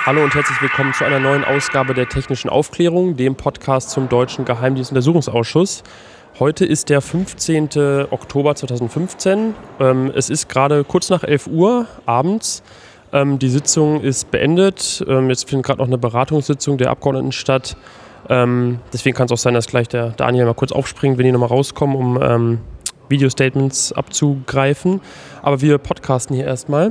Hallo und herzlich willkommen zu einer neuen Ausgabe der Technischen Aufklärung, dem Podcast zum Deutschen Geheimdienstuntersuchungsausschuss. Heute ist der 15. Oktober 2015. Es ist gerade kurz nach 11 Uhr abends. Die Sitzung ist beendet. Jetzt findet gerade noch eine Beratungssitzung der Abgeordneten statt. Deswegen kann es auch sein, dass gleich der Daniel mal kurz aufspringt, wenn die nochmal rauskommen, um Video-Statements abzugreifen. Aber wir podcasten hier erstmal.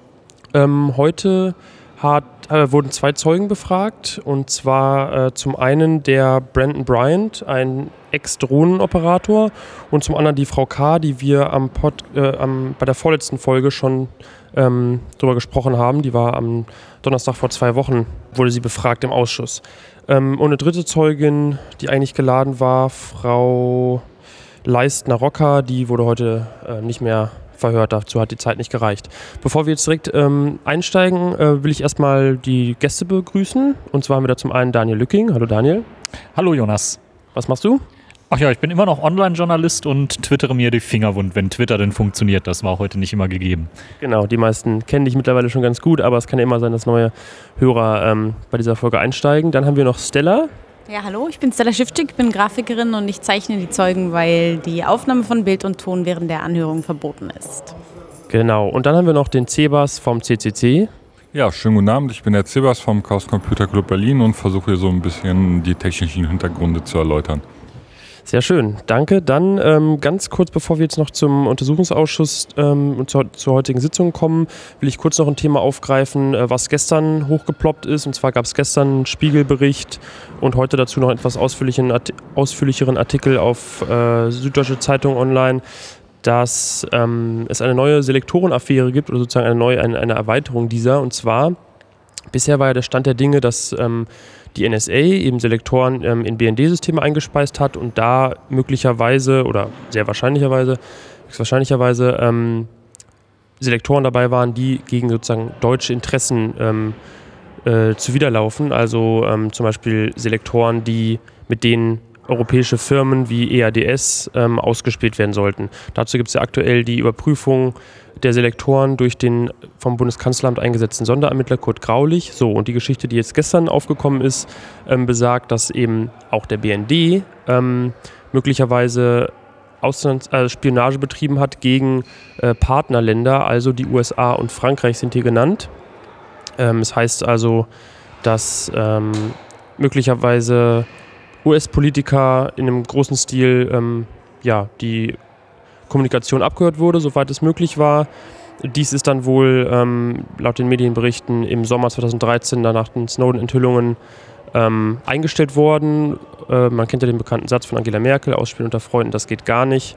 Heute wurden 2 Zeugen befragt, und zwar zum einen der Brandon Bryant, ein Ex-Drohnenoperator, und zum anderen die Frau K., die wir bei der vorletzten Folge schon drüber gesprochen haben. Die war am Donnerstag vor 2 Wochen, wurde sie befragt im Ausschuss. Und eine dritte Zeugin, die eigentlich geladen war, Frau Leistner-Rocker, die wurde heute nicht mehr verhört, dazu hat die Zeit nicht gereicht. Bevor wir jetzt direkt einsteigen, will ich erstmal die Gäste begrüßen. Und zwar haben wir da zum einen Daniel Lücking. Hallo Daniel. Hallo Jonas. Was machst du? Ach ja, ich bin immer noch Online-Journalist und twittere mir die Finger wund, wenn Twitter denn funktioniert. Das war heute nicht immer gegeben. Genau, die meisten kennen dich mittlerweile schon ganz gut, aber es kann ja immer sein, dass neue Hörer bei dieser Folge einsteigen. Dann haben wir noch Stella. Ja, hallo, ich bin Stella Schiffczyk, bin Grafikerin und ich zeichne die Zeugen, weil die Aufnahme von Bild und Ton während der Anhörung verboten ist. Genau, und dann haben wir noch den Cebas vom CCC. Ja, schönen guten Abend, ich bin der Cebas vom Chaos Computer Club Berlin und versuche hier so ein bisschen die technischen Hintergründe zu erläutern. Sehr schön, danke. Dann ganz kurz, bevor wir jetzt noch zum Untersuchungsausschuss und zur heutigen Sitzung kommen, will ich kurz noch ein Thema aufgreifen, was gestern hochgeploppt ist. Und zwar gab es gestern einen Spiegelbericht und heute dazu noch etwas ausführlicheren Artikel auf Süddeutsche Zeitung online, dass es eine neue Selektorenaffäre gibt oder sozusagen eine Erweiterung dieser. Und zwar, bisher war ja der Stand der Dinge, dass die NSA eben Selektoren in BND-Systeme eingespeist hat und da möglicherweise oder höchstwahrscheinlicherweise Selektoren dabei waren, die gegen sozusagen deutsche Interessen zuwiderlaufen. Also zum Beispiel Selektoren, mit denen europäische Firmen wie EADS ausgespielt werden sollten. Dazu gibt es ja aktuell die Überprüfung der Selektoren durch den vom Bundeskanzleramt eingesetzten Sonderermittler Kurt Graulich. So, und die Geschichte, die jetzt gestern aufgekommen ist, besagt, dass eben auch der BND möglicherweise Spionage betrieben hat gegen Partnerländer, also die USA und Frankreich sind hier genannt. Es heißt also, dass möglicherweise US-Politiker in einem großen Stil die Kommunikation abgehört wurde, soweit es möglich war. Dies ist dann wohl laut den Medienberichten im Sommer 2013 nach den Snowden-Enthüllungen eingestellt worden. Man kennt ja den bekannten Satz von Angela Merkel, Ausspielen unter Freunden, das geht gar nicht.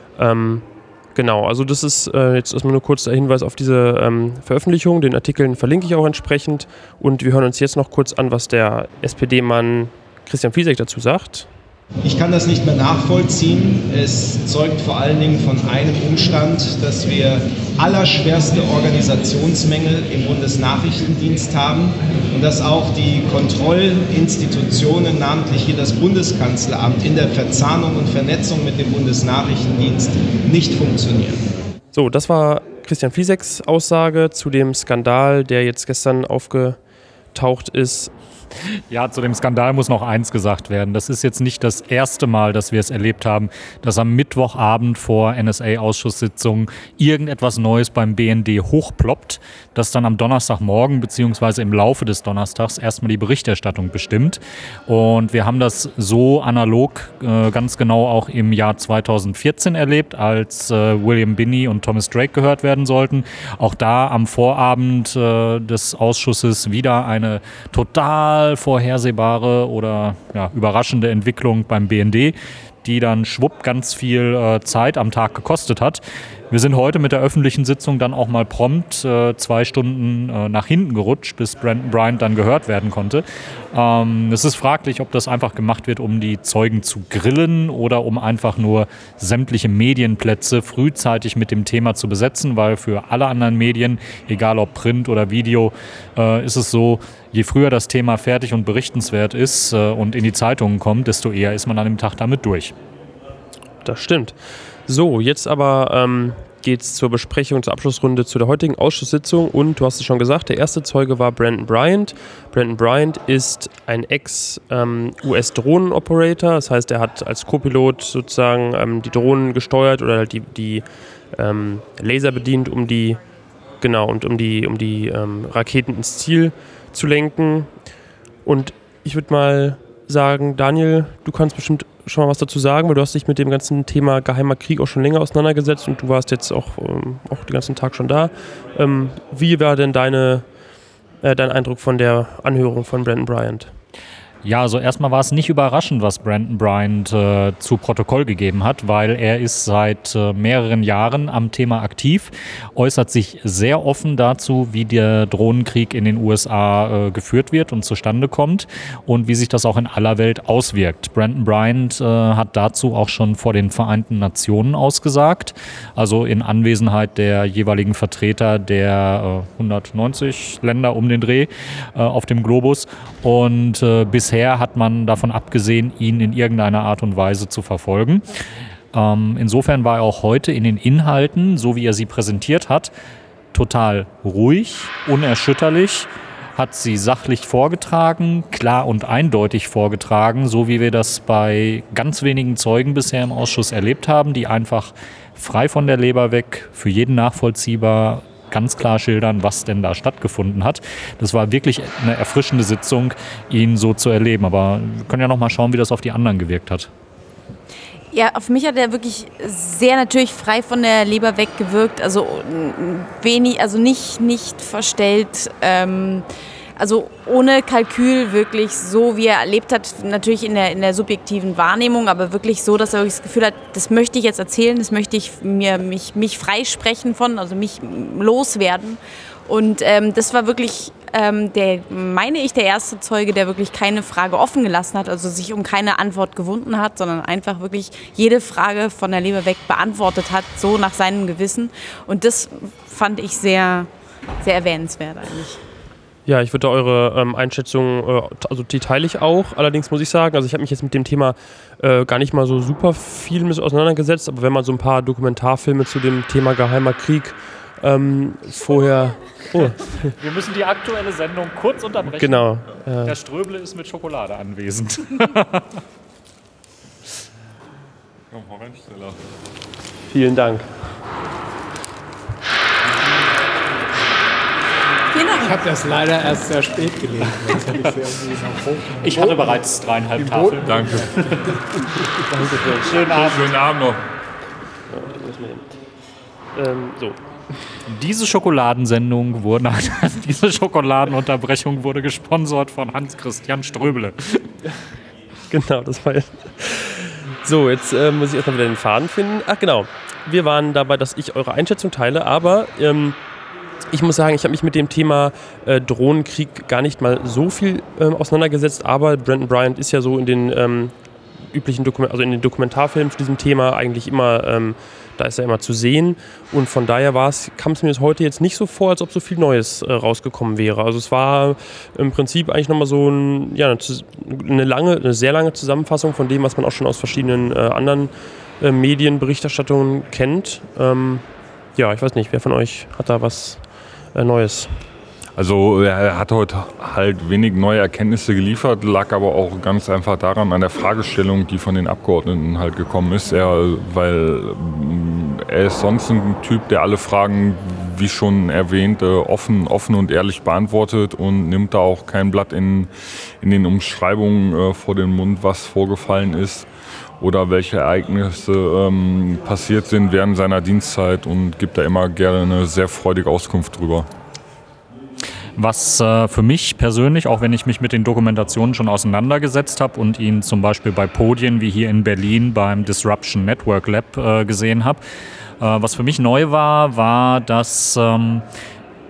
Genau, also das ist jetzt erstmal nur kurz der Hinweis auf diese Veröffentlichung. Den Artikeln verlinke ich auch entsprechend. Und wir hören uns jetzt noch kurz an, was der SPD-Mann Christian Fiesek dazu sagt. Ich kann das nicht mehr nachvollziehen. Es zeugt vor allen Dingen von einem Umstand, dass wir allerschwerste Organisationsmängel im Bundesnachrichtendienst haben und dass auch die Kontrollinstitutionen, namentlich hier das Bundeskanzleramt, in der Verzahnung und Vernetzung mit dem Bundesnachrichtendienst nicht funktionieren. So, das war Christian Fieseks Aussage zu dem Skandal, der jetzt gestern aufgetaucht ist. Ja, zu dem Skandal muss noch eins gesagt werden. Das ist jetzt nicht das erste Mal, dass wir es erlebt haben, dass am Mittwochabend vor NSA-Ausschusssitzungen irgendetwas Neues beim BND hochploppt, das dann am Donnerstagmorgen bzw. im Laufe des Donnerstags erstmal die Berichterstattung bestimmt. Und wir haben das so analog ganz genau auch im Jahr 2014 erlebt, als William Binney und Thomas Drake gehört werden sollten. Auch da am Vorabend des Ausschusses wieder eine total vorhersehbare oder überraschende Entwicklung beim BND, die dann schwupp ganz viel Zeit am Tag gekostet hat. Wir sind heute mit der öffentlichen Sitzung dann auch mal prompt 2 Stunden nach hinten gerutscht, bis Brandon Bryant dann gehört werden konnte. Es ist fraglich, ob das einfach gemacht wird, um die Zeugen zu grillen oder um einfach nur sämtliche Medienplätze frühzeitig mit dem Thema zu besetzen, weil für alle anderen Medien, egal ob Print oder Video, ist es so, je früher das Thema fertig und berichtenswert ist und in die Zeitungen kommt, desto eher ist man an dem Tag damit durch. Das stimmt. So, jetzt aber geht es zur Besprechung, zur Abschlussrunde zu der heutigen Ausschusssitzung. Und du hast es schon gesagt, der erste Zeuge war Brandon Bryant. Brandon Bryant ist ein Ex-US-Drohnen-Operator. Das heißt, er hat als Co-Pilot sozusagen die Drohnen gesteuert oder halt die Laser bedient, um die Raketen ins Ziel zu lenken. Und ich würde mal sagen, Daniel, du kannst bestimmt schon mal was dazu sagen, weil du hast dich mit dem ganzen Thema geheimer Krieg auch schon länger auseinandergesetzt und du warst jetzt auch den ganzen Tag schon da. Wie war denn dein Eindruck von der Anhörung von Brandon Bryant? Ja, also erstmal war es nicht überraschend, was Brandon Bryant zu Protokoll gegeben hat, weil er ist seit mehreren Jahren am Thema aktiv, äußert sich sehr offen dazu, wie der Drohnenkrieg in den USA geführt wird und zustande kommt und wie sich das auch in aller Welt auswirkt. Brandon Bryant hat dazu auch schon vor den Vereinten Nationen ausgesagt, also in Anwesenheit der jeweiligen Vertreter der 190 Länder um den Dreh auf dem Globus und bisher hat man davon abgesehen, ihn in irgendeiner Art und Weise zu verfolgen. Insofern war er auch heute in den Inhalten, so wie er sie präsentiert hat, total ruhig, unerschütterlich, hat sie sachlich vorgetragen, klar und eindeutig vorgetragen, so wie wir das bei ganz wenigen Zeugen bisher im Ausschuss erlebt haben, die einfach frei von der Leber weg, für jeden nachvollziehbar ganz klar schildern, was denn da stattgefunden hat. Das war wirklich eine erfrischende Sitzung, ihn so zu erleben. Aber wir können ja noch mal schauen, wie das auf die anderen gewirkt hat. Ja, auf mich hat er wirklich sehr natürlich frei von der Leber weg gewirkt. Also wenig, also nicht verstellt. Also ohne Kalkül, wirklich so, wie er erlebt hat, natürlich in der subjektiven Wahrnehmung, aber wirklich so, dass er wirklich das Gefühl hat, das möchte ich jetzt erzählen, das möchte ich mich freisprechen von, also mich loswerden. Und das war wirklich, der erste Zeuge, der wirklich keine Frage offen gelassen hat, also sich um keine Antwort gewunden hat, sondern einfach wirklich jede Frage von der Leber weg beantwortet hat, so nach seinem Gewissen. Und das fand ich sehr, sehr erwähnenswert eigentlich. Ja, ich würde eure Einschätzung, also die teile ich auch. Allerdings muss ich sagen, also ich habe mich jetzt mit dem Thema gar nicht mal so super viel mit auseinandergesetzt, aber wenn man so ein paar Dokumentarfilme zu dem Thema geheimer Krieg vorher... Oh. Wir müssen die aktuelle Sendung kurz unterbrechen. Genau. Herr Ströble ist mit Schokolade anwesend. Vielen Dank. Ich habe das leider erst sehr spät gelesen. Ich hatte bereits 3,5 Tafeln. Danke. Schönen Abend. Schönen Abend noch. So. Diese Schokoladensendung diese Schokoladenunterbrechung wurde gesponsert von Hans-Christian Ströbele. Genau, das war jetzt. So, jetzt muss ich erstmal wieder den Faden finden. Ach genau, wir waren dabei, dass ich eure Einschätzung teile, aber ich muss sagen, ich habe mich mit dem Thema Drohnenkrieg gar nicht mal so viel auseinandergesetzt, aber Brandon Bryant ist ja so in den üblichen in den Dokumentarfilmen zu diesem Thema eigentlich immer, da ist er immer zu sehen und von daher kam es mir heute jetzt nicht so vor, als ob so viel Neues rausgekommen wäre. Also es war im Prinzip eigentlich nochmal so eine sehr lange Zusammenfassung von dem, was man auch schon aus verschiedenen anderen Medienberichterstattungen kennt. Ja, ich weiß nicht, wer von euch hat da was Neues? Also er hat heute halt wenig neue Erkenntnisse geliefert, lag aber auch ganz einfach daran, an der Fragestellung, die von den Abgeordneten halt gekommen ist. Weil er ist sonst ein Typ, der alle Fragen, wie schon erwähnt, offen und ehrlich beantwortet und nimmt da auch kein Blatt in den vor den Mund, was vorgefallen ist oder welche Ereignisse passiert sind während seiner Dienstzeit und gibt da immer gerne eine sehr freudige Auskunft drüber. Was für mich persönlich, auch wenn ich mich mit den Dokumentationen schon auseinandergesetzt habe und ihn zum Beispiel bei Podien wie hier in Berlin beim Disruption Network Lab gesehen habe, was für mich neu war, dass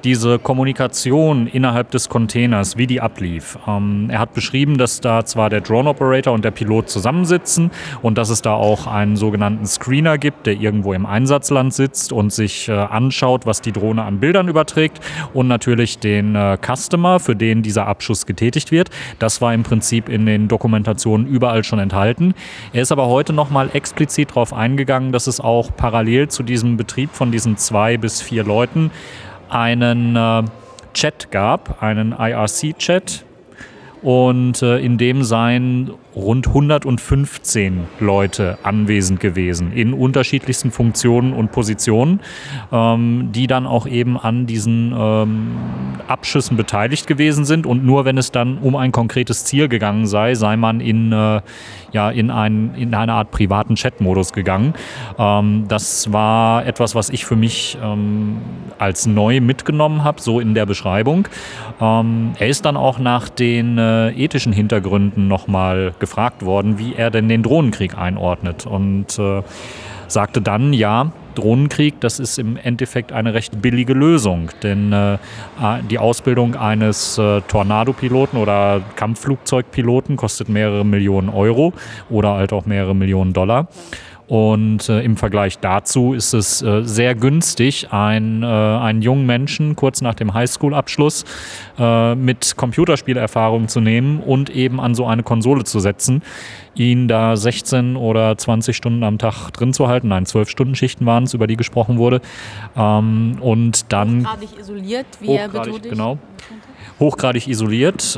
diese Kommunikation innerhalb des Containers, wie die ablief. Er hat beschrieben, dass da zwar der Drone-Operator und der Pilot zusammensitzen und dass es da auch einen sogenannten Screener gibt, der irgendwo im Einsatzland sitzt und sich anschaut, was die Drohne an Bildern überträgt, und natürlich den Customer, für den dieser Abschuss getätigt wird. Das war im Prinzip in den Dokumentationen überall schon enthalten. Er ist aber heute nochmal explizit darauf eingegangen, dass es auch parallel zu diesem Betrieb von diesen 2 bis 4 Leuten einen Chat gab, einen IRC-Chat, und in dem seien rund 115 Leute anwesend gewesen in unterschiedlichsten Funktionen und Positionen, die dann auch eben an diesen Abschüssen beteiligt gewesen sind, und nur wenn es dann um ein konkretes Ziel gegangen sei man in eine Art privaten Chat-Modus gegangen. Das war etwas, was ich für mich als neu mitgenommen habe, so in der Beschreibung. Er ist dann auch nach den ethischen Hintergründen nochmal gefragt worden, wie er denn den Drohnenkrieg einordnet, und sagte dann, ja, Drohnenkrieg, das ist im Endeffekt eine recht billige Lösung, denn die Ausbildung eines Tornado-Piloten oder Kampfflugzeugpiloten kostet mehrere Millionen Euro oder halt auch mehrere Millionen Dollar. Und im Vergleich dazu ist es sehr günstig, einen jungen Menschen kurz nach dem Highschool-Abschluss mit Computerspielerfahrung zu nehmen und eben an so eine Konsole zu setzen, ihn da 16 oder 20 Stunden am Tag drin zu halten. Nein, 12-Stunden-Schichten waren es, über die gesprochen wurde. Und dann hochgradig isoliert, wie er betont. Genau. Hochgradig isoliert,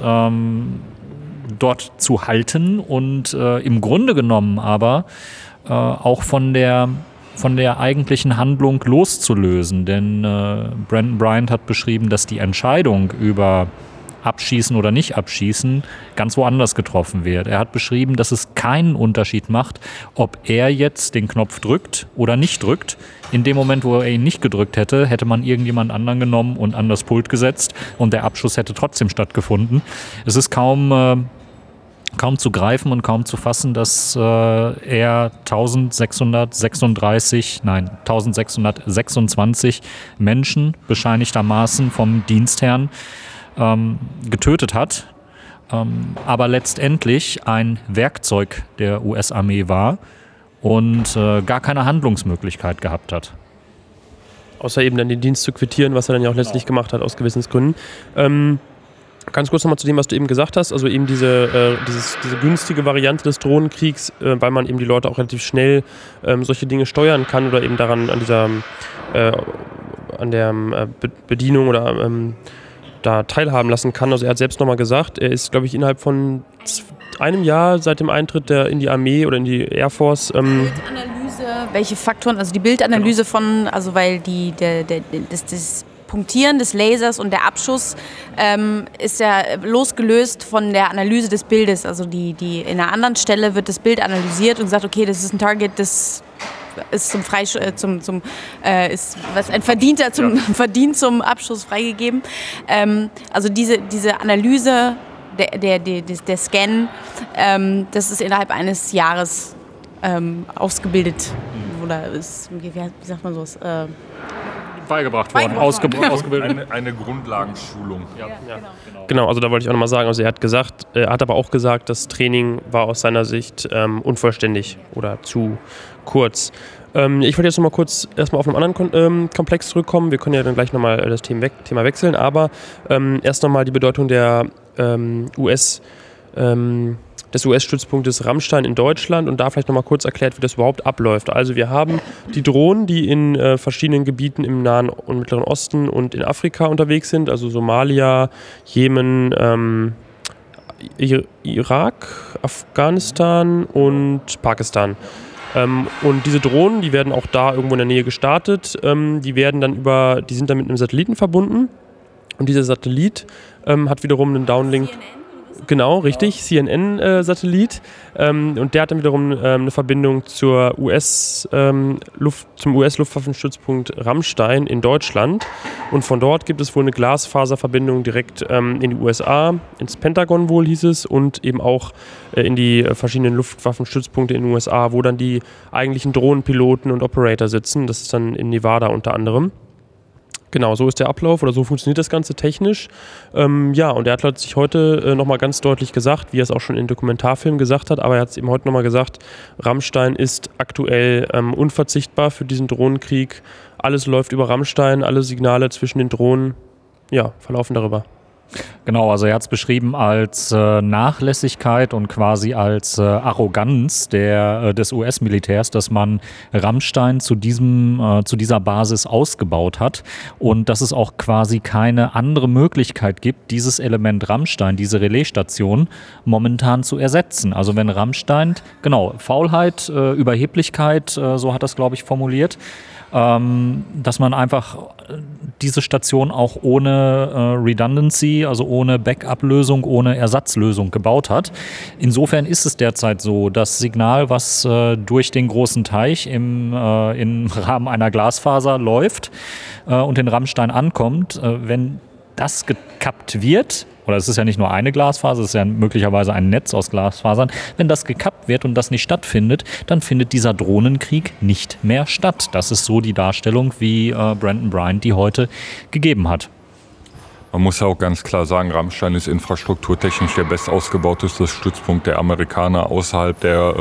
dort zu halten und im Grunde genommen aber auch von der eigentlichen Handlung loszulösen. Denn Brandon Bryant hat beschrieben, dass die Entscheidung über Abschießen oder nicht abschießen ganz woanders getroffen wird. Er hat beschrieben, dass es keinen Unterschied macht, ob er jetzt den Knopf drückt oder nicht drückt. In dem Moment, wo er ihn nicht gedrückt hätte, hätte man irgendjemand anderen genommen und an das Pult gesetzt und der Abschuss hätte trotzdem stattgefunden. Es ist kaum zu greifen und kaum zu fassen, dass er 1626 Menschen bescheinigtermaßen vom Dienstherrn getötet hat, aber letztendlich ein Werkzeug der US-Armee war und gar keine Handlungsmöglichkeit gehabt hat. Außer eben dann den Dienst zu quittieren, was er dann ja auch letztlich gemacht hat, aus Gewissensgründen. Ganz kurz nochmal zu dem, was du eben gesagt hast, also eben diese günstige Variante des Drohnenkriegs, weil man eben die Leute auch relativ schnell solche Dinge steuern kann oder eben daran an der Bedienung oder da teilhaben lassen kann. Also er hat selbst nochmal gesagt, er ist, glaube ich, innerhalb von einem Jahr seit dem Eintritt in die Armee oder in die Air Force. Bildanalyse, welche Faktoren, also die Bildanalyse von, also weil das Punktieren des Lasers und der Abschuss ist ja losgelöst von der Analyse des Bildes. Also in einer anderen Stelle wird das Bild analysiert und sagt, okay, das ist ein Target, das ist ein Verdient zum Abschuss freigegeben. Also diese Analyse, der Scan, das ist innerhalb eines Jahres ausgebildet oder ist, wie sagt man so? Beigebracht worden, ausgebildet. Eine Grundlagenschulung. Ja. Genau, also da wollte ich auch nochmal sagen, also er hat aber auch gesagt, das Training war aus seiner Sicht unvollständig oder zu kurz. Ich wollte jetzt nochmal kurz erstmal auf einen anderen Komplex zurückkommen. Wir können ja dann gleich nochmal das Thema wechseln, aber erst nochmal die Bedeutung des US-Stützpunktes Ramstein in Deutschland und da vielleicht nochmal kurz erklärt, wie das überhaupt abläuft. Also wir haben die Drohnen, die in verschiedenen Gebieten im Nahen und Mittleren Osten und in Afrika unterwegs sind, also Somalia, Jemen, Irak, Afghanistan und Pakistan. Und diese Drohnen, die werden auch da irgendwo in der Nähe gestartet, die sind dann mit einem Satelliten verbunden und dieser Satellit hat wiederum einen Downlink. Genau, richtig, CNN-Satellit. Und der hat dann wiederum eine Verbindung zum US-Luftwaffenstützpunkt Ramstein in Deutschland. Und von dort gibt es wohl eine Glasfaserverbindung direkt in die USA, ins Pentagon wohl hieß es, und eben auch in die verschiedenen Luftwaffenstützpunkte in den USA, wo dann die eigentlichen Drohnenpiloten und Operator sitzen. Das ist dann in Nevada unter anderem. Genau, so ist der Ablauf oder so funktioniert das Ganze technisch. Und er hat sich heute nochmal ganz deutlich gesagt, wie er es auch schon in Dokumentarfilmen gesagt hat, aber er hat es eben heute nochmal gesagt, Rammstein ist aktuell unverzichtbar für diesen Drohnenkrieg. Alles läuft über Rammstein, alle Signale zwischen den Drohnen verlaufen darüber. Genau, also er hat es beschrieben als Nachlässigkeit und quasi als Arroganz des US-Militärs, dass man Rammstein zu dieser Basis ausgebaut hat und dass es auch quasi keine andere Möglichkeit gibt, dieses Element Rammstein, diese Relaisstation momentan zu ersetzen. Also wenn Rammstein, Faulheit, Überheblichkeit, so hat er es, glaube ich, formuliert, dass man einfach diese Station auch ohne Redundancy, also ohne Backup-Lösung, ohne Ersatzlösung gebaut hat. Insofern ist es derzeit so, das Signal, was durch den großen Teich im Rahmen einer Glasfaser läuft und in Rammstein ankommt, wenn das gekappt wird, oder es ist ja nicht nur eine Glasfaser, es ist ja möglicherweise ein Netz aus Glasfasern, wenn das gekappt wird und das nicht stattfindet, dann findet dieser Drohnenkrieg nicht mehr statt. Das ist so die Darstellung, wie Brandon Bryant die heute gegeben hat. Man muss ja auch ganz klar sagen, Rammstein ist infrastrukturtechnisch der bestausgebauteste Stützpunkt der Amerikaner außerhalb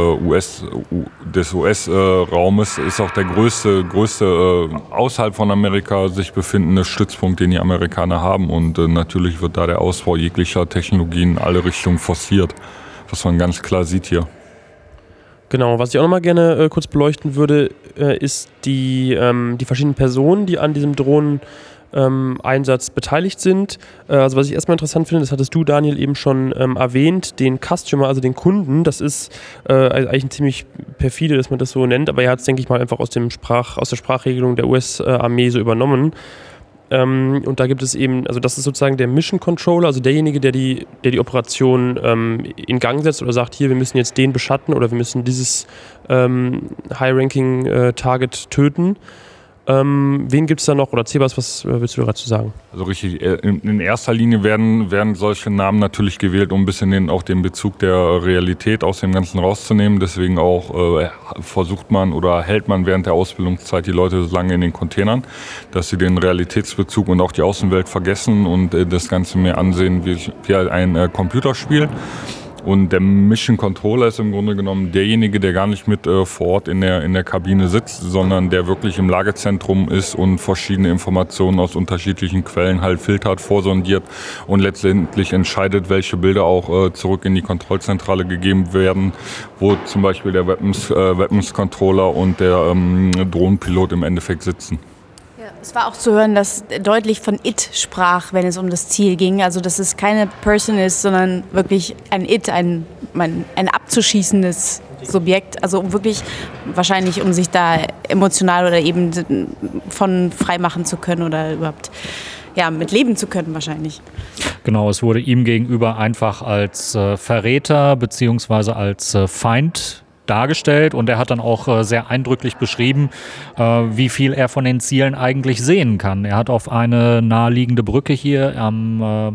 des US-Raumes. Ist auch der größte außerhalb von Amerika sich befindende Stützpunkt, den die Amerikaner haben. Und natürlich wird da der Ausbau jeglicher Technologien in alle Richtungen forciert, was man ganz klar sieht hier. Genau, was ich auch nochmal gerne kurz beleuchten würde, ist die verschiedenen Personen, die an diesem Einsatz beteiligt sind. Also was ich erstmal interessant finde, das hattest du, Daniel, eben schon erwähnt, den Customer, also den Kunden, das ist eigentlich ein ziemlich perfide, dass man das so nennt, aber er hat es, denke ich mal, einfach aus der Sprachregelung der US-Armee so übernommen. Und da gibt es eben, also das ist sozusagen der Mission Controller, also derjenige, der die Operation in Gang setzt oder sagt, hier, wir müssen jetzt den beschatten oder wir müssen dieses High-Ranking-Target töten. Wen gibt es da noch? Oder Cebas, was willst du dazu sagen? Also richtig, in erster Linie werden solche Namen natürlich gewählt, um ein bisschen auch den Bezug der Realität aus dem Ganzen rauszunehmen. Deswegen auch versucht man oder hält man während der Ausbildungszeit die Leute so lange in den Containern, dass sie den Realitätsbezug und auch die Außenwelt vergessen und das Ganze mehr ansehen wie ein Computerspiel. Und der Mission Controller ist im Grunde genommen derjenige, der gar nicht mit vor Ort in der Kabine sitzt, sondern der wirklich im Lagezentrum ist und verschiedene Informationen aus unterschiedlichen Quellen halt filtert, vorsondiert und letztendlich entscheidet, welche Bilder auch zurück in die Kontrollzentrale gegeben werden, wo zum Beispiel der Weapons Controller und der Drohnenpilot im Endeffekt sitzen. Es war auch zu hören, dass deutlich von It sprach, wenn es um das Ziel ging. Also dass es keine Person ist, sondern wirklich ein It, ein abzuschießendes Subjekt. Also wirklich wahrscheinlich, um sich da emotional oder eben von frei machen zu können oder überhaupt mit leben zu können wahrscheinlich. Genau, es wurde ihm gegenüber einfach als Verräter bzw. als Feind dargestellt und er hat dann auch sehr eindrücklich beschrieben, wie viel er von den Zielen eigentlich sehen kann. Er hat auf eine naheliegende Brücke hier am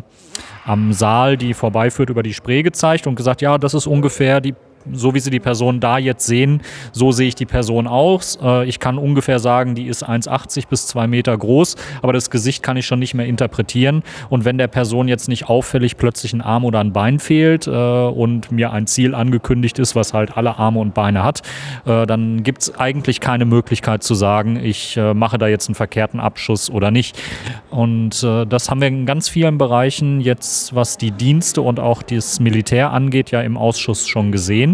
Saal, die vorbeiführt, über die Spree gezeigt und gesagt, ja, das ist ungefähr so wie Sie die Person da jetzt sehen, so sehe ich die Person aus. Ich kann ungefähr sagen, die ist 1,80 bis 2 Meter groß, aber das Gesicht kann ich schon nicht mehr interpretieren. Und wenn der Person jetzt nicht auffällig plötzlich ein Arm oder ein Bein fehlt und mir ein Ziel angekündigt ist, was halt alle Arme und Beine hat, dann gibt es eigentlich keine Möglichkeit zu sagen, ich mache da jetzt einen verkehrten Abschuss oder nicht. Und das haben wir in ganz vielen Bereichen jetzt, was die Dienste und auch das Militär angeht, ja im Ausschuss schon gesehen.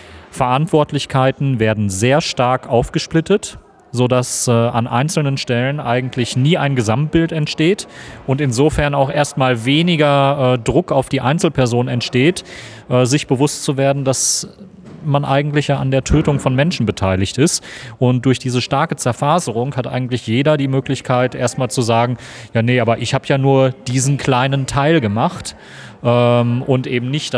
Verantwortlichkeiten werden sehr stark aufgesplittet, sodass an einzelnen Stellen eigentlich nie ein Gesamtbild entsteht und insofern auch erstmal weniger Druck auf die Einzelperson entsteht, sich bewusst zu werden, dass man eigentlich ja an der Tötung von Menschen beteiligt ist. Und durch diese starke Zerfaserung hat eigentlich jeder die Möglichkeit, erstmal zu sagen, ja nee, aber ich habe ja nur diesen kleinen Teil gemacht und eben nicht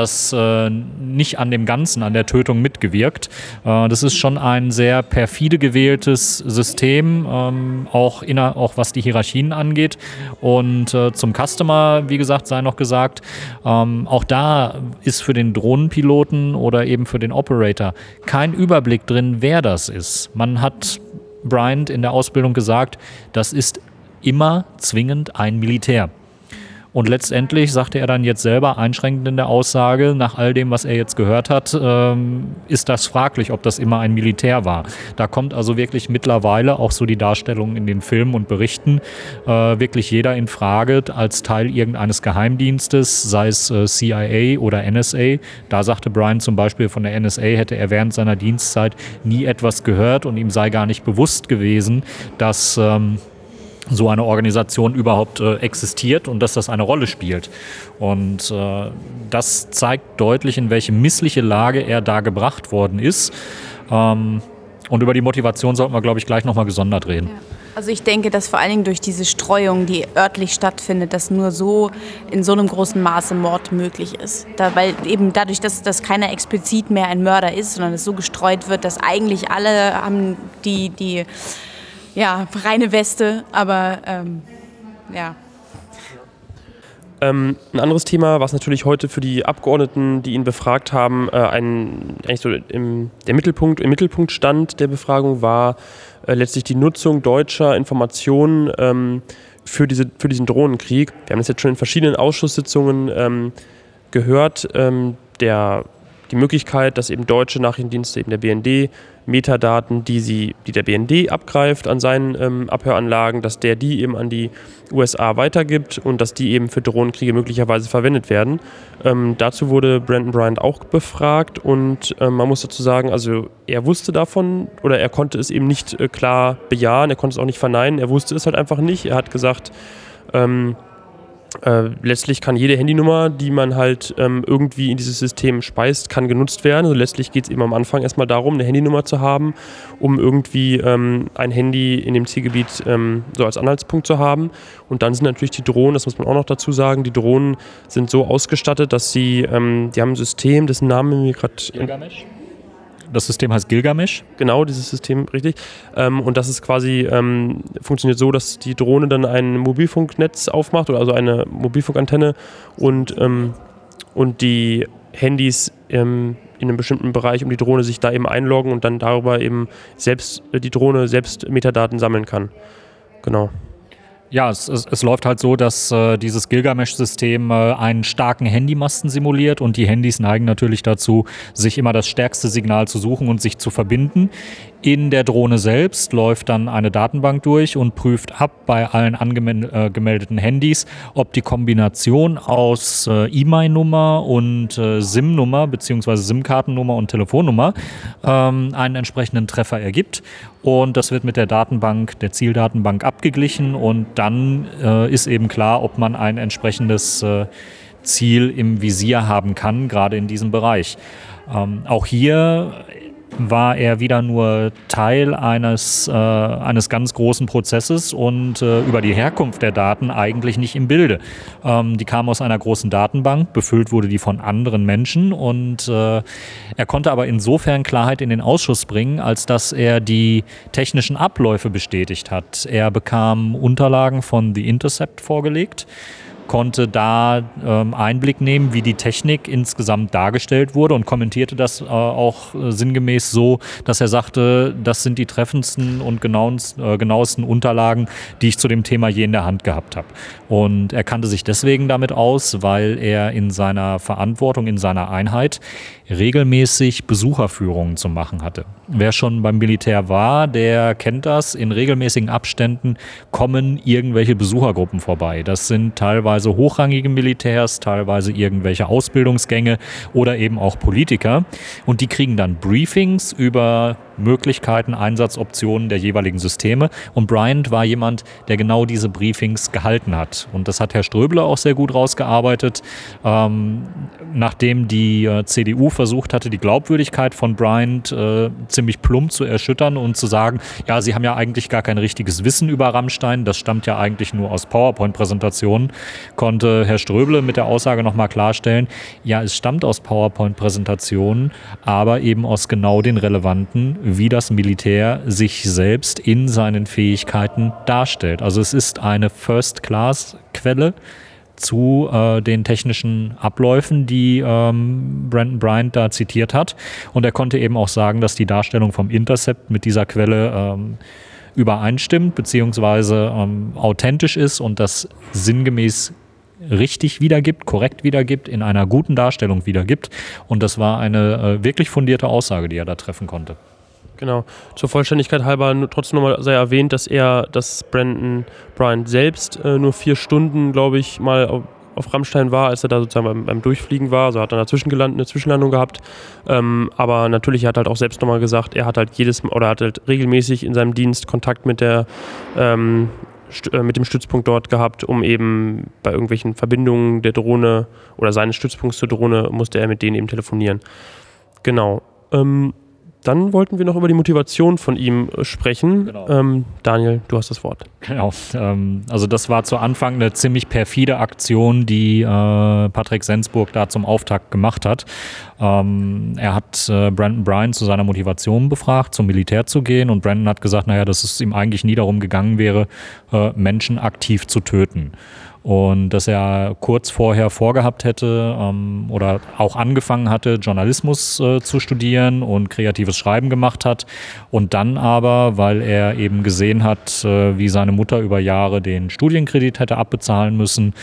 an dem Ganzen, an der Tötung mitgewirkt. Das ist schon ein sehr perfide gewähltes System, auch was die Hierarchien angeht. Und zum Customer, wie gesagt, sei noch gesagt, auch da ist für den Drohnenpiloten oder eben für den Operator kein Überblick drin, wer das ist. Man hat Bryant in der Ausbildung gesagt, das ist immer zwingend ein Militär. Und letztendlich sagte er dann jetzt selber einschränkend in der Aussage, nach all dem, was er jetzt gehört hat, ist das fraglich, ob das immer ein Militär war. Da kommt also wirklich mittlerweile auch so die Darstellung in den Filmen und Berichten wirklich jeder in Frage als Teil irgendeines Geheimdienstes, sei es CIA oder NSA. Da sagte Brian zum Beispiel, von der NSA hätte er während seiner Dienstzeit nie etwas gehört und ihm sei gar nicht bewusst gewesen, dass so eine Organisation überhaupt existiert und dass das eine Rolle spielt. Und das zeigt deutlich, in welche missliche Lage er da gebracht worden ist. Und über die Motivation sollten wir, glaube ich, gleich nochmal gesondert reden. Ja. Also ich denke, dass vor allen Dingen durch diese Streuung, die örtlich stattfindet, dass nur so in so einem großen Maße Mord möglich ist. Weil eben dadurch, dass keiner explizit mehr ein Mörder ist, sondern es so gestreut wird, dass eigentlich alle haben die reine Weste, aber ja. Ein anderes Thema, was natürlich heute für die Abgeordneten, die ihn befragt haben, eigentlich so im Mittelpunkt stand der Befragung, war letztlich die Nutzung deutscher Informationen für diesen Drohnenkrieg. Wir haben das jetzt schon in verschiedenen Ausschusssitzungen gehört, die Möglichkeit, dass eben deutsche Nachrichtendienste, eben der BND, Metadaten, die der BND abgreift an seinen Abhöranlagen, dass die eben an die USA weitergibt und dass die eben für Drohnenkriege möglicherweise verwendet werden. Dazu wurde Brandon Bryant auch befragt und man muss dazu sagen, also er wusste davon oder er konnte es eben nicht klar bejahen, er konnte es auch nicht verneinen, er wusste es halt einfach nicht. Er hat gesagt, letztlich kann jede Handynummer, die man halt irgendwie in dieses System speist, kann genutzt werden. Also letztlich geht es eben am Anfang erstmal darum, eine Handynummer zu haben, um irgendwie ein Handy in dem Zielgebiet so als Anhaltspunkt zu haben. Und dann sind natürlich die Drohnen, das muss man auch noch dazu sagen, die Drohnen sind so ausgestattet, dass die haben ein System, dessen Name mir gerade... Das System heißt Gilgamesh. Genau, dieses System, richtig. Und das ist quasi, funktioniert so, dass die Drohne dann ein Mobilfunknetz aufmacht, oder also eine Mobilfunkantenne und die Handys in einem bestimmten Bereich um die Drohne sich da eben einloggen und dann darüber eben die Drohne selbst Metadaten sammeln kann. Genau. Ja, es läuft halt so, dass dieses Gilgamesh-System einen starken Handymasten simuliert und die Handys neigen natürlich dazu, sich immer das stärkste Signal zu suchen und sich zu verbinden. In der Drohne selbst läuft dann eine Datenbank durch und prüft ab bei allen angemeldeten Handys, ob die Kombination aus IMEI-Nummer und SIM-Nummer bzw. SIM-Kartennummer und Telefonnummer einen entsprechenden Treffer ergibt. Und das wird mit der Datenbank, der Zieldatenbank abgeglichen und dann ist eben klar, ob man ein entsprechendes Ziel im Visier haben kann, gerade in diesem Bereich. Auch hier war er wieder nur Teil eines ganz großen Prozesses und über die Herkunft der Daten eigentlich nicht im Bilde. Die kam aus einer großen Datenbank, befüllt wurde die von anderen Menschen und er konnte aber insofern Klarheit in den Ausschuss bringen, als dass er die technischen Abläufe bestätigt hat. Er bekam Unterlagen von The Intercept vorgelegt, konnte da Einblick nehmen, wie die Technik insgesamt dargestellt wurde und kommentierte das auch sinngemäß so, dass er sagte, das sind die treffendsten und genauesten Unterlagen, die ich zu dem Thema je in der Hand gehabt habe. Und er kannte sich deswegen damit aus, weil er in seiner Verantwortung, in seiner Einheit regelmäßig Besucherführungen zu machen hatte. Wer schon beim Militär war, der kennt das. In regelmäßigen Abständen kommen irgendwelche Besuchergruppen vorbei. Das sind teilweise hochrangige Militärs, teilweise irgendwelche Ausbildungsgänge oder eben auch Politiker. Und die kriegen dann Briefings über Möglichkeiten, Einsatzoptionen der jeweiligen Systeme. Und Bryant war jemand, der genau diese Briefings gehalten hat. Und das hat Herr Ströbele auch sehr gut rausgearbeitet. Nachdem die CDU versucht hatte, die Glaubwürdigkeit von Bryant ziemlich plump zu erschüttern und zu sagen, ja, sie haben ja eigentlich gar kein richtiges Wissen über Rammstein, das stammt ja eigentlich nur aus PowerPoint-Präsentationen, konnte Herr Ströbele mit der Aussage nochmal klarstellen, ja, es stammt aus PowerPoint-Präsentationen, aber eben aus genau den relevanten, wie das Militär sich selbst in seinen Fähigkeiten darstellt. Also es ist eine First-Class-Quelle zu den technischen Abläufen, die Brandon Bryant da zitiert hat. Und er konnte eben auch sagen, dass die Darstellung vom Intercept mit dieser Quelle übereinstimmt beziehungsweise authentisch ist und das sinngemäß richtig wiedergibt, korrekt wiedergibt, in einer guten Darstellung wiedergibt. Und das war eine wirklich fundierte Aussage, die er da treffen konnte. Genau. Zur Vollständigkeit halber trotzdem nochmal sei erwähnt, dass Brandon Bryant selbst nur 4 Stunden, glaube ich, mal auf Rammstein war, als er da sozusagen beim Durchfliegen war. Also hat er eine Zwischenlandung gehabt. Aber natürlich hat er halt auch selbst nochmal gesagt, er hat halt regelmäßig in seinem Dienst Kontakt mit dem Stützpunkt dort gehabt, um eben bei irgendwelchen Verbindungen der Drohne oder seines Stützpunkts zur Drohne musste er mit denen eben telefonieren. Genau. Dann wollten wir noch über die Motivation von ihm sprechen. Genau. Daniel, du hast das Wort. Genau. Also das war zu Anfang eine ziemlich perfide Aktion, die Patrick Sensburg da zum Auftakt gemacht hat. Er hat Brandon Bryant zu seiner Motivation befragt, zum Militär zu gehen. Und Brandon hat gesagt, dass es ihm eigentlich nie darum gegangen wäre, Menschen aktiv zu töten. Und dass er kurz vorher vorgehabt hätte oder auch angefangen hatte, Journalismus zu studieren und kreatives Schreiben gemacht hat. Und dann aber, weil er eben gesehen hat, wie seine Mutter über Jahre den Studienkredit hätte abbezahlen müssen,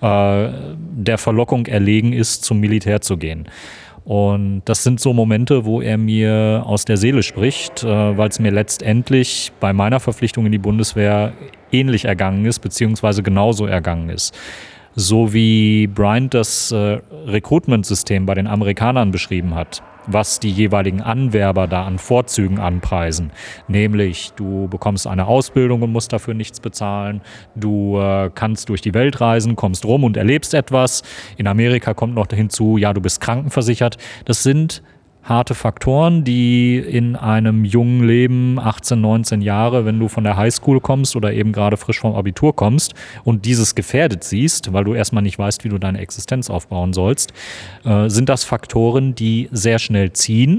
der Verlockung erlegen ist, zum Militär zu gehen. Und das sind so Momente, wo er mir aus der Seele spricht, weil es mir letztendlich bei meiner Verpflichtung in die Bundeswehr ähnlich ergangen ist, beziehungsweise genauso ergangen ist. So wie Bryant das Recruitment-System bei den Amerikanern beschrieben hat, was die jeweiligen Anwerber da an Vorzügen anpreisen. Nämlich, du bekommst eine Ausbildung und musst dafür nichts bezahlen. Du kannst durch die Welt reisen, kommst rum und erlebst etwas. In Amerika kommt noch hinzu, du bist krankenversichert. Das sind harte Faktoren, die in einem jungen Leben, 18, 19 Jahre, wenn du von der Highschool kommst oder eben gerade frisch vom Abitur kommst und dieses gefährdet siehst, weil du erstmal nicht weißt, wie du deine Existenz aufbauen sollst, sind das Faktoren, die sehr schnell ziehen.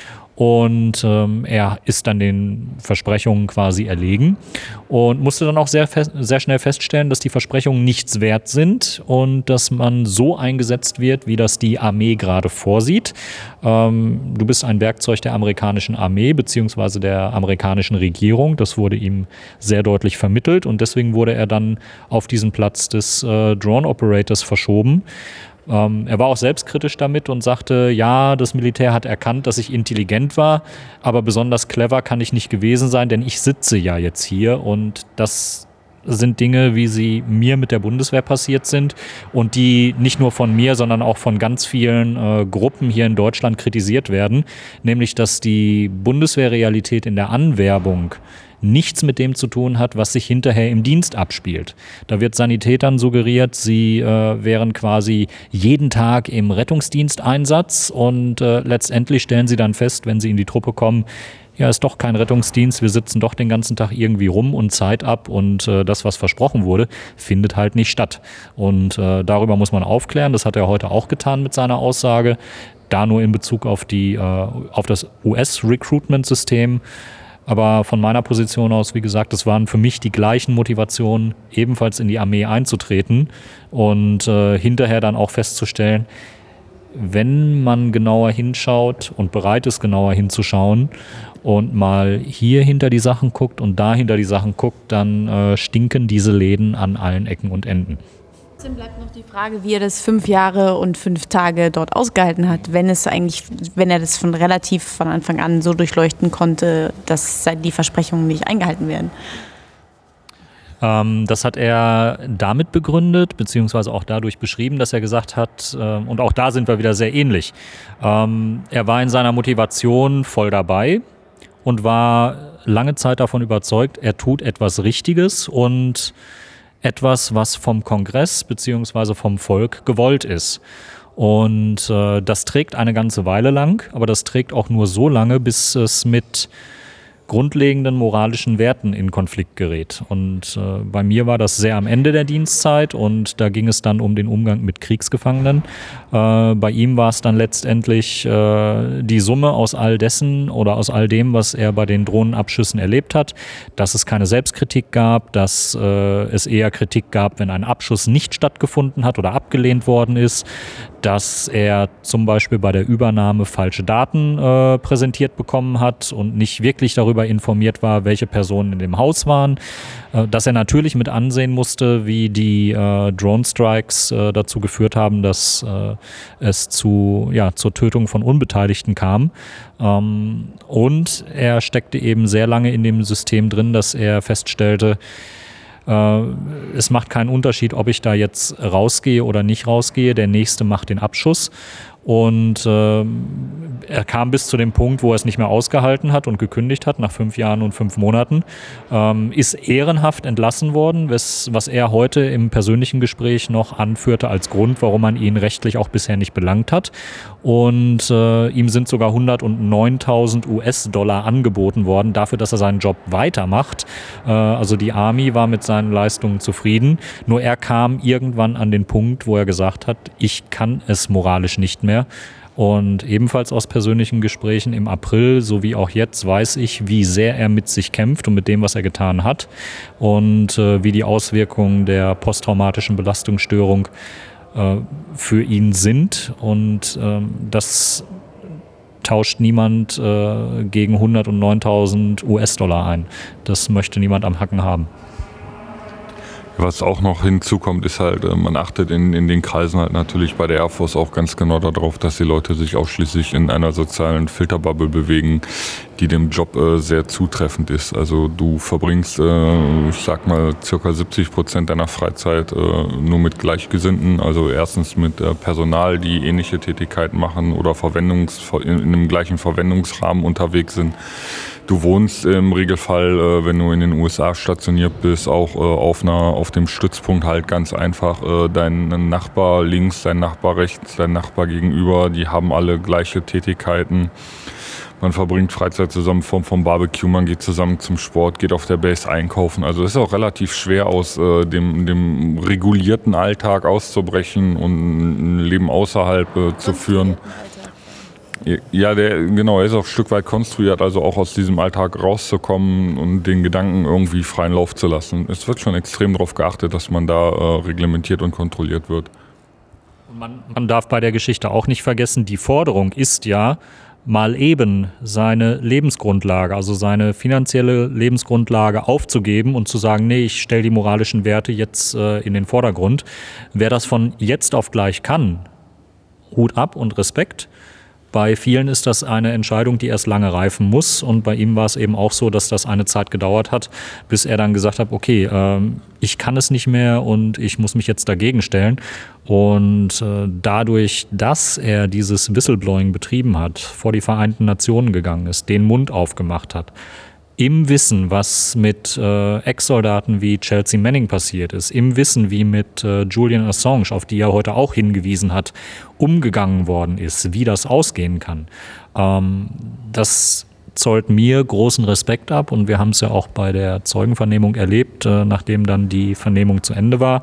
Und er ist dann den Versprechungen quasi erlegen und musste dann auch sehr schnell feststellen, dass die Versprechungen nichts wert sind und dass man so eingesetzt wird, wie das die Armee gerade vorsieht. Du bist ein Werkzeug der amerikanischen Armee bzw. der amerikanischen Regierung. Das wurde ihm sehr deutlich vermittelt und deswegen wurde er dann auf diesen Platz des Drone Operators verschoben. Er war auch selbstkritisch damit und sagte, das Militär hat erkannt, dass ich intelligent war, aber besonders clever kann ich nicht gewesen sein, denn ich sitze ja jetzt hier und das sind Dinge, wie sie mir mit der Bundeswehr passiert sind und die nicht nur von mir, sondern auch von ganz vielen Gruppen hier in Deutschland kritisiert werden, nämlich dass die Bundeswehrrealität in der Anwerbung nichts mit dem zu tun hat, was sich hinterher im Dienst abspielt. Da wird Sanitätern suggeriert, sie wären quasi jeden Tag im Rettungsdiensteinsatz und letztendlich stellen sie dann fest, wenn sie in die Truppe kommen, ist doch kein Rettungsdienst, wir sitzen doch den ganzen Tag irgendwie rum und Zeit ab und das, was versprochen wurde, findet halt nicht statt. Und darüber muss man aufklären, das hat er heute auch getan mit seiner Aussage, da nur in Bezug auf das US-Recruitment-System. Aber von meiner Position aus, wie gesagt, das waren für mich die gleichen Motivationen, ebenfalls in die Armee einzutreten und hinterher dann auch festzustellen, wenn man genauer hinschaut und bereit ist, genauer hinzuschauen und mal hier hinter die Sachen guckt und da hinter die Sachen guckt, dann stinken diese Läden an allen Ecken und Enden. Trotzdem bleibt noch die Frage, wie er das 5 Jahre und 5 Tage dort ausgehalten hat, wenn er das von Anfang an so durchleuchten konnte, dass die Versprechungen nicht eingehalten werden. Das hat er damit begründet, beziehungsweise auch dadurch beschrieben, dass er gesagt hat, und auch da sind wir wieder sehr ähnlich, er war in seiner Motivation voll dabei und war lange Zeit davon überzeugt, er tut etwas Richtiges und etwas, was vom Kongress bzw. vom Volk gewollt ist. Und das trägt eine ganze Weile lang, aber das trägt auch nur so lange, bis es mit grundlegenden moralischen Werten in Konflikt gerät. Und bei mir war das sehr am Ende der Dienstzeit und da ging es dann um den Umgang mit Kriegsgefangenen. Bei ihm war es dann letztendlich die Summe aus all dessen oder aus all dem, was er bei den Drohnenabschüssen erlebt hat, dass es keine Selbstkritik gab, dass es eher Kritik gab, wenn ein Abschuss nicht stattgefunden hat oder abgelehnt worden ist, dass er zum Beispiel bei der Übernahme falsche Daten präsentiert bekommen hat und nicht wirklich darüber darüber informiert war, welche Personen in dem Haus waren, dass er natürlich mit ansehen musste, wie die Drone-Strikes dazu geführt haben, dass es zur Tötung von Unbeteiligten kam. Und er steckte eben sehr lange in dem System drin, dass er feststellte, es macht keinen Unterschied, ob ich da jetzt rausgehe oder nicht rausgehe. Der Nächste macht den Abschuss. Und er kam bis zu dem Punkt, wo er es nicht mehr ausgehalten hat und gekündigt hat, nach 5 Jahren und 5 Monaten, ist ehrenhaft entlassen worden, was er heute im persönlichen Gespräch noch anführte als Grund, warum man ihn rechtlich auch bisher nicht belangt hat. Und ihm sind sogar 109.000 US-Dollar angeboten worden, dafür, dass er seinen Job weitermacht. Also die Army war mit seinen Leistungen zufrieden, nur er kam irgendwann an den Punkt, wo er gesagt hat, ich kann es moralisch nicht mehr. Und ebenfalls aus persönlichen Gesprächen im April sowie auch jetzt weiß ich, wie sehr er mit sich kämpft und mit dem, was er getan hat und wie die Auswirkungen der posttraumatischen Belastungsstörung für ihn sind. Und das tauscht niemand gegen 109.000 US-Dollar ein. Das möchte niemand am Hacken haben. Was auch noch hinzukommt, ist halt, man achtet in den Kreisen halt natürlich bei der Air Force auch ganz genau darauf, dass die Leute sich ausschließlich in einer sozialen Filterbubble bewegen, die dem Job sehr zutreffend ist. Also du verbringst, ich sag mal, ca. 70% deiner Freizeit nur mit Gleichgesinnten, also erstens mit Personal, die ähnliche Tätigkeiten machen oder in einem gleichen Verwendungsrahmen unterwegs sind. Du wohnst im Regelfall, wenn du in den USA stationiert bist, auch auf dem Stützpunkt halt ganz einfach. Dein Nachbar links, dein Nachbar rechts, dein Nachbar gegenüber, die haben alle gleiche Tätigkeiten. Man verbringt Freizeit zusammen vom Barbecue, man geht zusammen zum Sport, geht auf der Base einkaufen. Also es ist auch relativ schwer, aus dem regulierten Alltag auszubrechen und ein Leben außerhalb zu führen. Ja, er ist auch ein Stück weit konstruiert, also auch aus diesem Alltag rauszukommen und den Gedanken irgendwie freien Lauf zu lassen. Es wird schon extrem darauf geachtet, dass man da reglementiert und kontrolliert wird. Man darf bei der Geschichte auch nicht vergessen, die Forderung ist ja, mal eben seine Lebensgrundlage, also seine finanzielle Lebensgrundlage aufzugeben und zu sagen, nee, ich stelle die moralischen Werte jetzt in den Vordergrund. Wer das von jetzt auf gleich kann, Hut ab und Respekt. Bei vielen ist das eine Entscheidung, die erst lange reifen muss, und bei ihm war es eben auch so, dass das eine Zeit gedauert hat, bis er dann gesagt hat, okay, ich kann es nicht mehr und ich muss mich jetzt dagegen stellen. Und dadurch, dass er dieses Whistleblowing betrieben hat, vor die Vereinten Nationen gegangen ist, den Mund aufgemacht hat, im Wissen, was mit Ex-Soldaten wie Chelsea Manning passiert ist, im Wissen, wie mit Julian Assange, auf die er heute auch hingewiesen hat, umgegangen worden ist, wie das ausgehen kann. Das zollt mir großen Respekt ab, und wir haben es ja auch bei der Zeugenvernehmung erlebt. Nachdem dann die Vernehmung zu Ende war,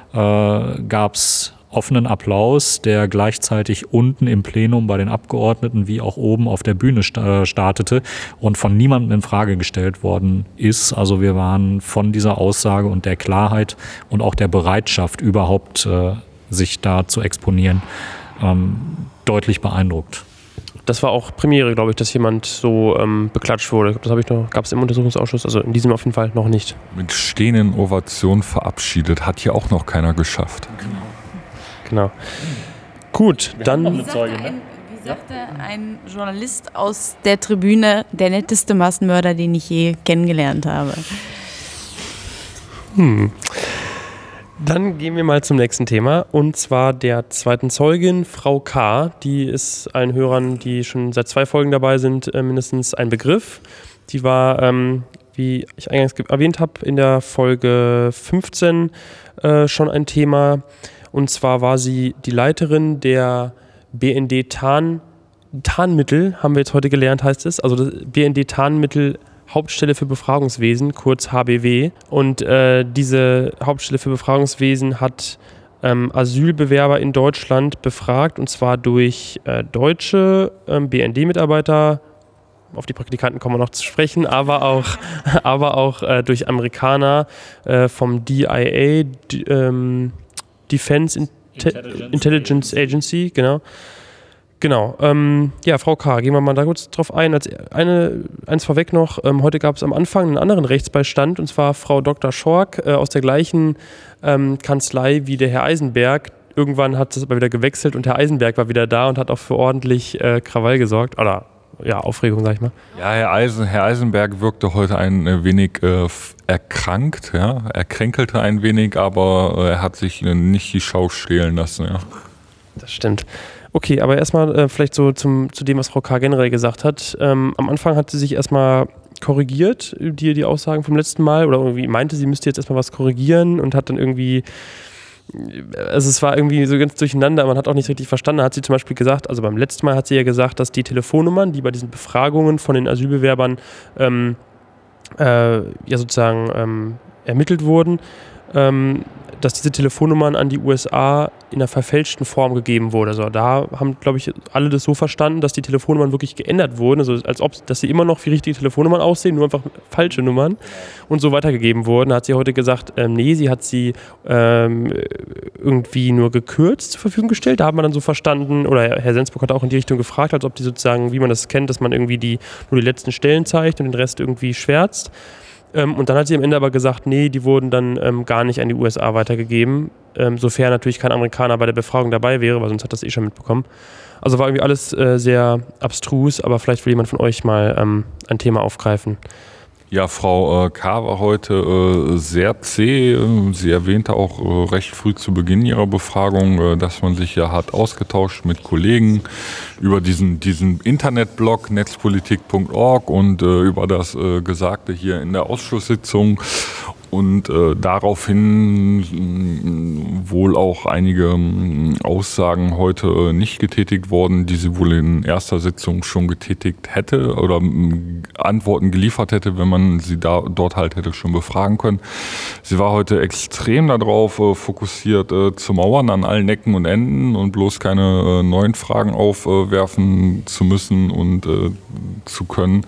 gab es offenen Applaus, der gleichzeitig unten im Plenum bei den Abgeordneten wie auch oben auf der Bühne startete und von niemandem in Frage gestellt worden ist. Also wir waren von dieser Aussage und der Klarheit und auch der Bereitschaft, überhaupt sich da zu exponieren, deutlich beeindruckt. Das war auch Premiere, glaube ich, dass jemand so beklatscht wurde. Das gab es im Untersuchungsausschuss, also in diesem auf jeden Fall noch nicht. Mit stehenden Ovationen verabschiedet, hat hier auch noch keiner geschafft. Genau. Gut, dann... Wie sagte ein Journalist aus der Tribüne, der netteste Massenmörder, den ich je kennengelernt habe. Dann gehen wir mal zum nächsten Thema, und zwar der zweiten Zeugin, Frau K. Die ist allen Hörern, die schon seit 2 Folgen dabei sind, mindestens ein Begriff. Die war, wie ich eingangs erwähnt habe, in der Folge 15 schon ein Thema. Und zwar war sie die Leiterin der BND-Tarnmittel, haben wir jetzt heute gelernt, heißt es. Also das BND-Tarnmittel Hauptstelle für Befragungswesen, kurz HBW. Und diese Hauptstelle für Befragungswesen hat Asylbewerber in Deutschland befragt, und zwar durch deutsche BND-Mitarbeiter. Auf die Praktikanten kommen wir noch zu sprechen, aber auch durch Amerikaner vom DIA, Defense Intelligence Agency, genau. Genau. Frau K., gehen wir mal da kurz drauf ein. Eins vorweg noch, heute gab es am Anfang einen anderen Rechtsbeistand, und zwar Frau Dr. Schork aus der gleichen Kanzlei wie der Herr Eisenberg. Irgendwann hat es aber wieder gewechselt und Herr Eisenberg war wieder da und hat auch für ordentlich Krawall gesorgt. Oder Aufregung, sag ich mal. Ja, Herr Eisenberg wirkte heute ein wenig erkrankt, ja. Er kränkelte ein wenig, aber er hat sich nicht die Schau stehlen lassen, ja. Das stimmt. Okay, aber erstmal vielleicht so zu dem, was Frau K. generell gesagt hat. Am Anfang hat sie sich erstmal korrigiert, die Aussagen vom letzten Mal, oder irgendwie meinte, sie müsste jetzt erstmal was korrigieren und hat dann irgendwie, also es war irgendwie so ganz durcheinander, man hat auch nicht richtig verstanden. Da hat sie zum Beispiel gesagt, also beim letzten Mal hat sie ja gesagt, dass die Telefonnummern, die bei diesen Befragungen von den Asylbewerbern ermittelt wurden, dass diese Telefonnummern an die USA in einer verfälschten Form gegeben wurden. Also da haben, glaube ich, alle das so verstanden, dass die Telefonnummern wirklich geändert wurden, also dass sie immer noch wie richtige Telefonnummern aussehen, nur einfach falsche Nummern und so weitergegeben wurden. Da hat sie heute gesagt, nee, sie hat sie irgendwie nur gekürzt zur Verfügung gestellt. Da hat man dann so verstanden, oder Herr Sensburg hat auch in die Richtung gefragt, als ob die sozusagen, wie man das kennt, dass man irgendwie nur die letzten Stellen zeigt und den Rest irgendwie schwärzt. Und dann hat sie am Ende aber gesagt, nee, die wurden dann gar nicht an die USA weitergegeben, sofern natürlich kein Amerikaner bei der Befragung dabei wäre, weil sonst hat das schon mitbekommen. Also war irgendwie alles sehr abstrus, aber vielleicht will jemand von euch mal ein Thema aufgreifen. Ja, Frau K. war heute sehr zäh. Sie erwähnte auch recht früh zu Beginn ihrer Befragung, dass man sich ja hat ausgetauscht mit Kollegen über diesen Internetblog netzpolitik.org und über das Gesagte hier in der Ausschusssitzung. Und daraufhin wohl auch einige Aussagen heute nicht getätigt worden, die sie wohl in erster Sitzung schon getätigt hätte oder Antworten geliefert hätte, wenn man sie dort halt hätte schon befragen können. Sie war heute extrem darauf fokussiert, zu mauern an allen Ecken und Enden und bloß keine neuen Fragen aufwerfen zu müssen und zu können.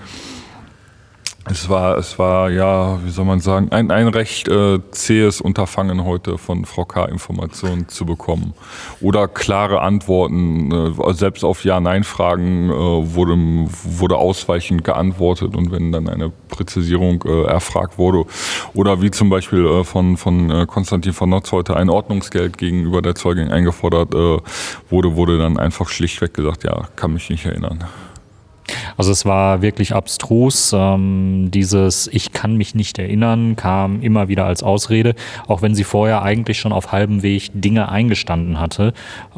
Es war ja, wie soll man sagen, ein recht zähes Unterfangen heute von Frau K. Informationen zu bekommen. Oder klare Antworten, selbst auf Ja-Nein-Fragen wurde ausweichend geantwortet und wenn dann eine Präzisierung erfragt wurde. Oder wie zum Beispiel von Konstantin von Notz heute ein Ordnungsgeld gegenüber der Zeugin eingefordert wurde dann einfach schlichtweg gesagt, ja, kann mich nicht erinnern. Also es war wirklich abstrus. Dieses Ich kann mich nicht erinnern kam immer wieder als Ausrede, auch wenn sie vorher eigentlich schon auf halbem Weg Dinge eingestanden hatte.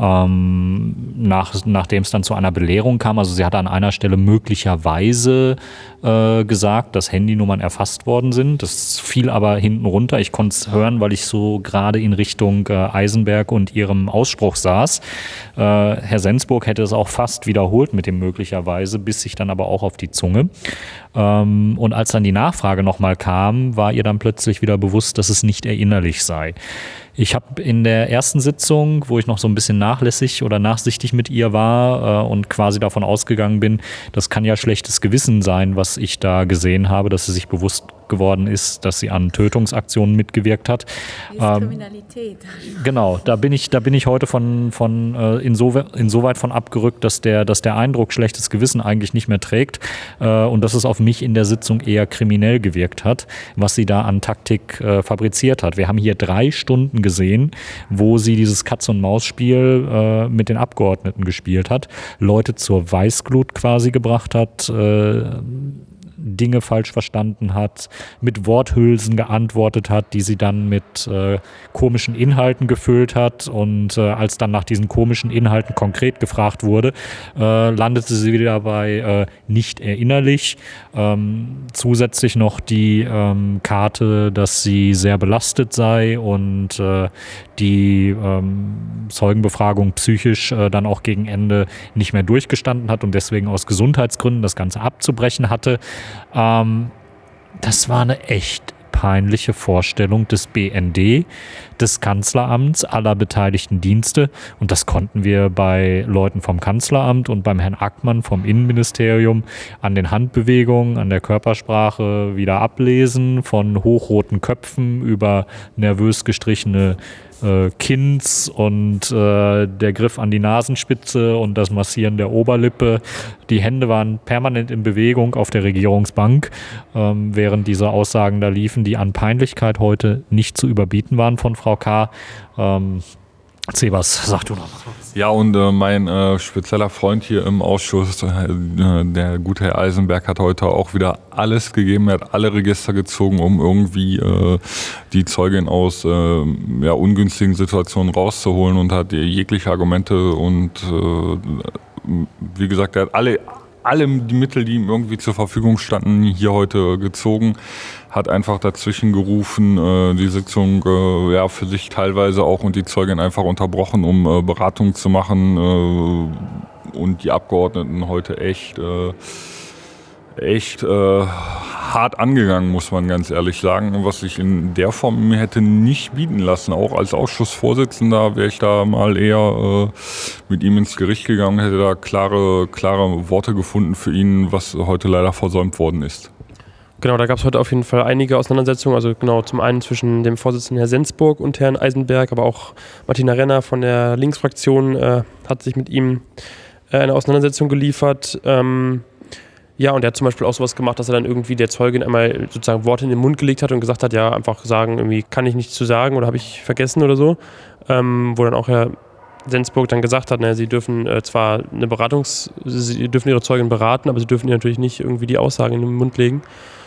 Nachdem es dann zu einer Belehrung kam, also sie hatte an einer Stelle möglicherweise gesagt, dass Handynummern erfasst worden sind. Das fiel aber hinten runter. Ich konnte es hören, weil ich so gerade in Richtung Eisenberg und ihrem Ausspruch saß. Herr Sensburg hätte es auch fast wiederholt mit dem möglicherweise, biss sich dann aber auch auf die Zunge. Und als dann die Nachfrage nochmal kam, war ihr dann plötzlich wieder bewusst, dass es nicht erinnerlich sei. Ich habe in der ersten Sitzung, wo ich noch so ein bisschen nachlässig oder nachsichtig mit ihr war und quasi davon ausgegangen bin, das kann ja schlechtes Gewissen sein, was ich da gesehen habe, dass sie sich bewusst geworden ist, dass sie an Tötungsaktionen mitgewirkt hat. Die ist Kriminalität. Genau, da bin ich heute insoweit von abgerückt, dass der Eindruck schlechtes Gewissen eigentlich nicht mehr trägt und dass es auf mich in der Sitzung eher kriminell gewirkt hat, was sie da an Taktik fabriziert hat. Wir haben hier 3 Stunden gesehen, wo sie dieses Katz-und-Maus-Spiel mit den Abgeordneten gespielt hat, Leute zur Weißglut quasi gebracht hat, Dinge falsch verstanden hat, mit Worthülsen geantwortet hat, die sie dann mit komischen Inhalten gefüllt hat und als dann nach diesen komischen Inhalten konkret gefragt wurde, landete sie wieder bei nicht erinnerlich. Zusätzlich noch die Karte, dass sie sehr belastet sei und die Zeugenbefragung psychisch dann auch gegen Ende nicht mehr durchgestanden hat und deswegen aus Gesundheitsgründen das Ganze abzubrechen hatte. Das war eine echt peinliche Vorstellung des BND, des Kanzleramts, aller beteiligten Dienste. Und das konnten wir bei Leuten vom Kanzleramt und beim Herrn Ackmann vom Innenministerium an den Handbewegungen, an der Körpersprache wieder ablesen, von hochroten Köpfen über nervös gestrichene Kinns und der Griff an die Nasenspitze und das Massieren der Oberlippe. Die Hände waren permanent in Bewegung auf der Regierungsbank, während diese Aussagen da liefen, die an Peinlichkeit heute nicht zu überbieten waren von Frau K. Zebers, sag du noch was. Ja, und mein spezieller Freund hier im Ausschuss, der gute Herr Eisenberg, hat heute auch wieder alles gegeben. Er hat alle Register gezogen, um irgendwie die Zeugin aus ungünstigen Situationen rauszuholen und hat jegliche Argumente und wie gesagt, er hat alle die Mittel, die ihm irgendwie zur Verfügung standen, hier heute gezogen, hat einfach dazwischen gerufen, die Sitzung für sich teilweise auch und die Zeugin einfach unterbrochen, um Beratungen zu machen und die Abgeordneten heute echt hart angegangen, muss man ganz ehrlich sagen, was ich in der Form mir hätte nicht bieten lassen. Auch als Ausschussvorsitzender wäre ich da mal eher mit ihm ins Gericht gegangen, hätte da klare Worte gefunden für ihn, was heute leider versäumt worden ist. Genau, da gab es heute auf jeden Fall einige Auseinandersetzungen, also genau zum einen zwischen dem Vorsitzenden Herrn Sensburg und Herrn Eisenberg, aber auch Martina Renner von der Linksfraktion hat sich mit ihm eine Auseinandersetzung geliefert. Ja, und er hat zum Beispiel auch sowas gemacht, dass er dann irgendwie der Zeugin einmal sozusagen Worte in den Mund gelegt hat und gesagt hat, ja, einfach sagen, irgendwie kann ich nichts zu sagen oder habe ich vergessen oder so. Wo dann auch Herr Sensburg dann gesagt hat, sie dürfen zwar sie dürfen ihre Zeugin beraten, aber sie dürfen ihr natürlich nicht irgendwie die Aussagen in den Mund legen.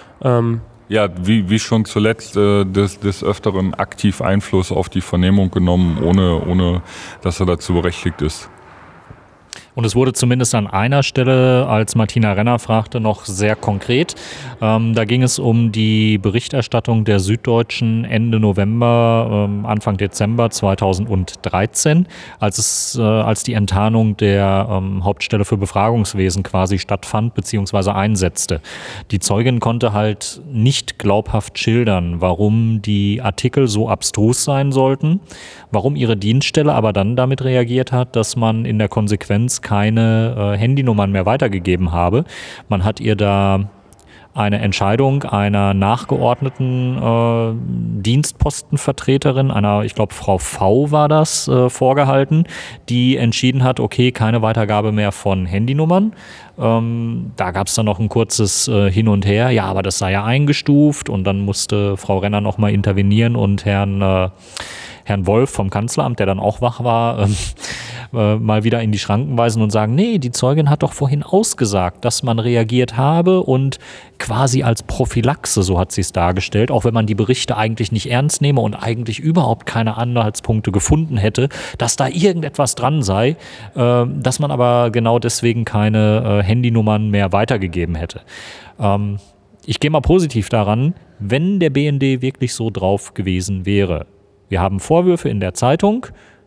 Ja, wie schon zuletzt des Öfteren aktiv Einfluss auf die Vernehmung genommen, ohne dass er dazu berechtigt ist. Und es wurde zumindest an einer Stelle, als Martina Renner fragte, noch sehr konkret. Da ging es um die Berichterstattung der Süddeutschen Ende November, Anfang Dezember 2013, als die Enttarnung der Hauptstelle für Befragungswesen quasi stattfand bzw. einsetzte. Die Zeugin konnte halt nicht glaubhaft schildern, warum die Artikel so abstrus sein sollten, warum ihre Dienststelle aber dann damit reagiert hat, dass man in der Konsequenz keine Handynummern mehr weitergegeben habe. Man hat ihr da eine Entscheidung einer nachgeordneten Dienstpostenvertreterin, ich glaube Frau V war das, vorgehalten, die entschieden hat, okay, keine Weitergabe mehr von Handynummern. Da gab es dann noch ein kurzes Hin und Her, ja, aber das sei ja eingestuft und dann musste Frau Renner nochmal intervenieren und Herrn Wolf vom Kanzleramt, der dann auch wach war, mal wieder in die Schranken weisen und sagen, nee, die Zeugin hat doch vorhin ausgesagt, dass man reagiert habe und quasi als Prophylaxe, so hat sie es dargestellt, auch wenn man die Berichte eigentlich nicht ernst nehme und eigentlich überhaupt keine Anhaltspunkte gefunden hätte, dass da irgendetwas dran sei, dass man aber genau deswegen keine Handynummern mehr weitergegeben hätte. Ich gehe mal positiv daran, wenn der BND wirklich so drauf gewesen wäre. Wir haben Vorwürfe in der Zeitung,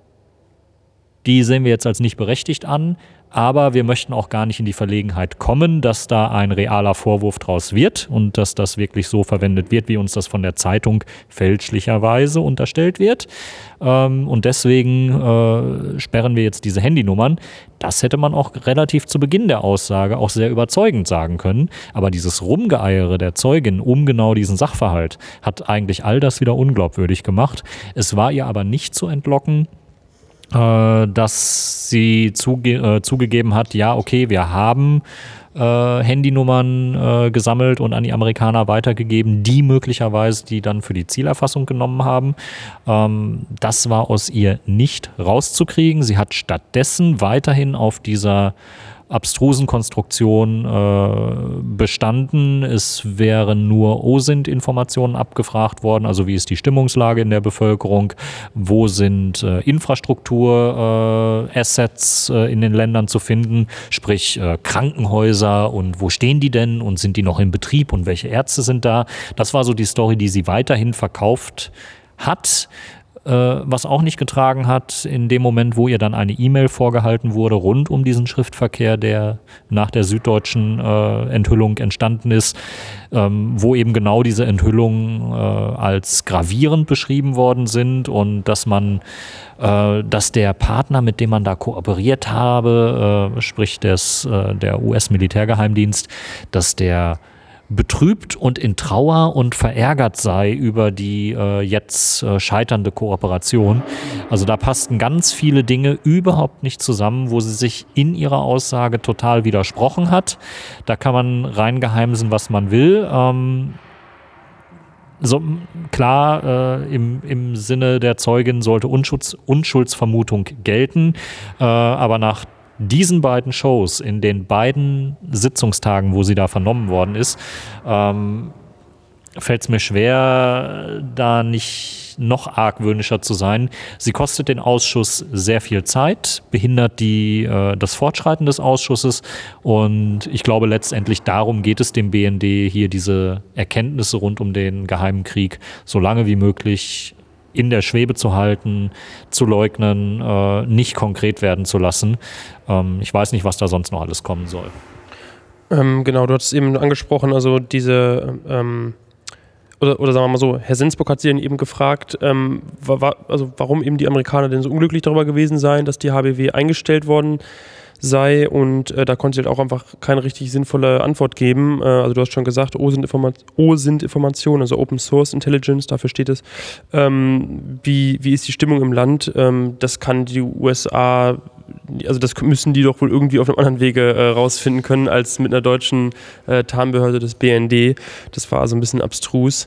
die sehen wir jetzt als nicht berechtigt an, aber wir möchten auch gar nicht in die Verlegenheit kommen, dass da ein realer Vorwurf draus wird und dass das wirklich so verwendet wird, wie uns das von der Zeitung fälschlicherweise unterstellt wird. Und deswegen sperren wir jetzt diese Handynummern. Das hätte man auch relativ zu Beginn der Aussage auch sehr überzeugend sagen können. Aber dieses Rumgeeiere der Zeugin um genau diesen Sachverhalt hat eigentlich all das wieder unglaubwürdig gemacht. Es war ihr aber nicht zu entlocken, dass sie zugegeben hat, ja, okay, wir haben Handynummern gesammelt und an die Amerikaner weitergegeben, die möglicherweise die dann für die Zielerfassung genommen haben. Das war aus ihr nicht rauszukriegen. Sie hat stattdessen weiterhin auf dieser abstrusen Konstruktion bestanden. Es wären nur OSINT-Informationen abgefragt worden, also wie ist die Stimmungslage in der Bevölkerung, wo sind Infrastruktur-Assets in den Ländern zu finden, sprich Krankenhäuser und wo stehen die denn und sind die noch in Betrieb und welche Ärzte sind da. Das war so die Story, die sie weiterhin verkauft hat. Was auch nicht getragen hat, in dem Moment, wo ihr dann eine E-Mail vorgehalten wurde, rund um diesen Schriftverkehr, der nach der Süddeutschen Enthüllung entstanden ist, wo eben genau diese Enthüllungen als gravierend beschrieben worden sind und dass der Partner, mit dem man da kooperiert habe, sprich der US-Militärgeheimdienst, dass der betrübt und in Trauer und verärgert sei über die jetzt scheiternde Kooperation. Also da passten ganz viele Dinge überhaupt nicht zusammen, wo sie sich in ihrer Aussage total widersprochen hat. Da kann man reingeheimsen, was man will. So, klar, im Sinne der Zeugin sollte Unschuldsvermutung gelten, aber nach diesen beiden Shows, in den beiden Sitzungstagen, wo sie da vernommen worden ist, fällt es mir schwer, da nicht noch argwöhnischer zu sein. Sie kostet den Ausschuss sehr viel Zeit, behindert das Fortschreiten des Ausschusses und ich glaube, letztendlich darum geht es dem BND, hier diese Erkenntnisse rund um den Geheimen Krieg so lange wie möglich in der Schwebe zu halten, zu leugnen, nicht konkret werden zu lassen. Ich weiß nicht, was da sonst noch alles kommen soll. Genau, du hast es eben angesprochen, also diese, oder sagen wir mal so, Herr Sensburg hat sie dann eben gefragt, warum eben die Amerikaner denn so unglücklich darüber gewesen seien, dass die HBW eingestellt worden sei und da konnte sie halt auch einfach keine richtig sinnvolle Antwort geben. Also du hast schon gesagt, O sind Informationen, also Open Source Intelligence, dafür steht es. Wie ist die Stimmung im Land? Das kann die USA, also das müssen die doch wohl irgendwie auf einem anderen Wege rausfinden können als mit einer deutschen Tarnbehörde des BND. Das war also ein bisschen abstrus.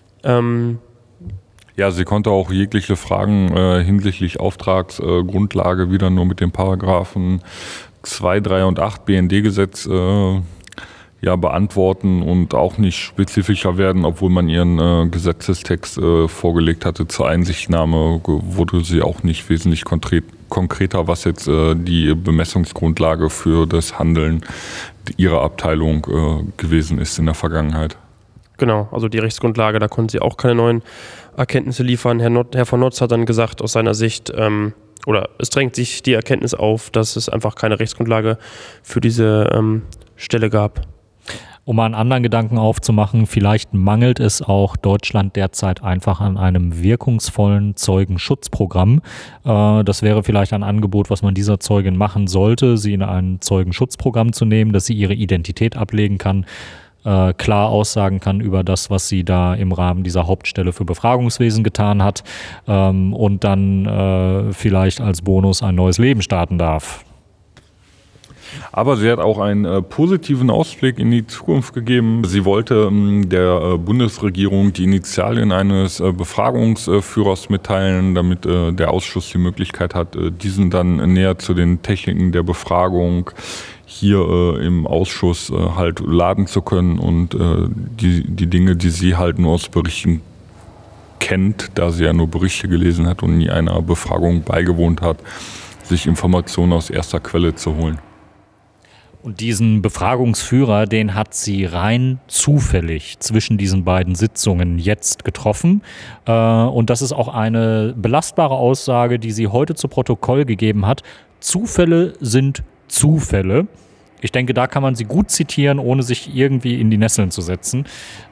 Ja, sie konnte auch jegliche Fragen hinsichtlich Auftragsgrundlage wieder nur mit den Paragraphen 2, 3 und 8 BND-Gesetz beantworten und auch nicht spezifischer werden, obwohl man ihren Gesetzestext vorgelegt hatte. Zur Einsichtnahme wurde sie auch nicht wesentlich konkreter, was jetzt die Bemessungsgrundlage für das Handeln ihrer Abteilung gewesen ist in der Vergangenheit. Genau, also die Rechtsgrundlage, da konnten sie auch keine neuen Erkenntnisse liefern. Herr von Notz hat dann gesagt, aus seiner Sicht, oder es drängt sich die Erkenntnis auf, dass es einfach keine Rechtsgrundlage für diese Stelle gab. Um mal einen anderen Gedanken aufzumachen, vielleicht mangelt es auch Deutschland derzeit einfach an einem wirkungsvollen Zeugenschutzprogramm. Das wäre vielleicht ein Angebot, was man dieser Zeugin machen sollte, sie in ein Zeugenschutzprogramm zu nehmen, dass sie ihre Identität ablegen kann, klar aussagen kann über das, was sie da im Rahmen dieser Hauptstelle für Befragungswesen getan hat und dann vielleicht als Bonus ein neues Leben starten darf. Aber sie hat auch einen positiven Ausblick in die Zukunft gegeben. Sie wollte der Bundesregierung die Initialien eines Befragungsführers mitteilen, damit der Ausschuss die Möglichkeit hat, diesen dann näher zu den Techniken der Befragung hier im Ausschuss halt laden zu können und die Dinge, die sie halt nur aus Berichten kennt, da sie ja nur Berichte gelesen hat und nie einer Befragung beigewohnt hat, sich Informationen aus erster Quelle zu holen. Und diesen Befragungsführer, den hat sie rein zufällig zwischen diesen beiden Sitzungen jetzt getroffen. Und das ist auch eine belastbare Aussage, die sie heute zu Protokoll gegeben hat. Zufälle sind Zufälle. Ich denke, da kann man sie gut zitieren, ohne sich irgendwie in die Nesseln zu setzen.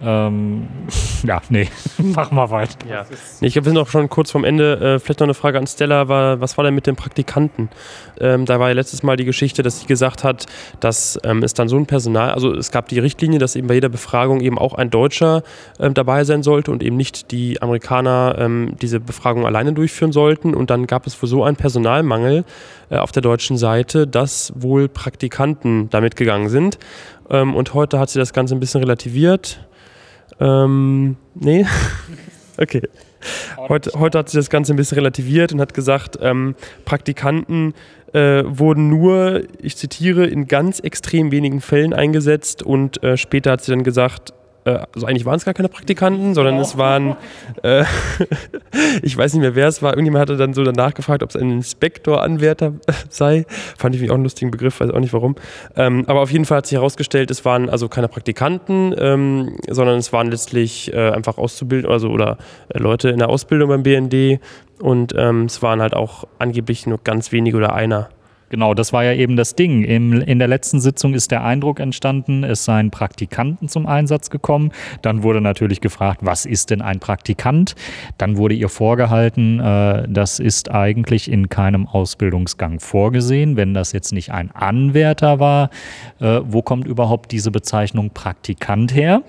Mach mal weiter. Ja. Ich glaube, wir sind auch schon kurz vorm Ende. Vielleicht noch eine Frage an Stella. Was war denn mit den Praktikanten? Da war ja letztes Mal die Geschichte, dass sie gesagt hat, dass es dann so ein Personal, also es gab die Richtlinie, dass eben bei jeder Befragung eben auch ein Deutscher dabei sein sollte und eben nicht die Amerikaner diese Befragung alleine durchführen sollten. Und dann gab es wohl so einen Personalmangel auf der deutschen Seite, dass wohl Praktikanten da mitgegangen sind. Und heute hat sie das Ganze ein bisschen relativiert. Nee? Okay. Heute hat sie das Ganze ein bisschen relativiert und hat gesagt, Praktikanten wurden nur, ich zitiere, in ganz extrem wenigen Fällen eingesetzt und später hat sie dann gesagt, also eigentlich waren es gar keine Praktikanten, sondern es waren, ich weiß nicht mehr, wer es war, irgendjemand hatte dann so danach gefragt, ob es ein Inspektoranwärter sei. Fand ich auch einen lustigen Begriff, weiß auch nicht warum. Aber auf jeden Fall hat sich herausgestellt, es waren also keine Praktikanten, sondern es waren letztlich einfach Auszubildende oder Leute in der Ausbildung beim BND und es waren halt auch angeblich nur ganz wenige oder einer. Genau, das war ja eben das Ding. In der letzten Sitzung ist der Eindruck entstanden, es seien Praktikanten zum Einsatz gekommen. Dann wurde natürlich gefragt, was ist denn ein Praktikant? Dann wurde ihr vorgehalten, das ist eigentlich in keinem Ausbildungsgang vorgesehen. Wenn das jetzt nicht ein Anwärter war, wo kommt überhaupt diese Bezeichnung Praktikant her?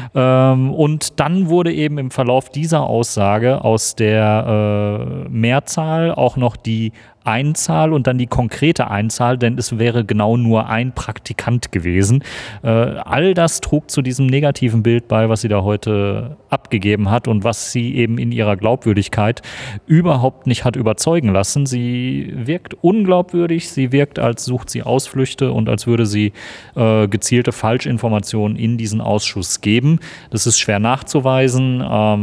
Und dann wurde eben im Verlauf dieser Aussage aus der Mehrzahl auch noch die Einzahl und dann die konkrete Einzahl, denn es wäre genau nur ein Praktikant gewesen. All das trug zu diesem negativen Bild bei, was sie da heute abgegeben hat und was sie eben in ihrer Glaubwürdigkeit überhaupt nicht hat überzeugen lassen. Sie wirkt unglaubwürdig, sie wirkt, als sucht sie Ausflüchte und als würde sie gezielte Falschinformationen in diesen Ausschuss geben. Das ist schwer nachzuweisen.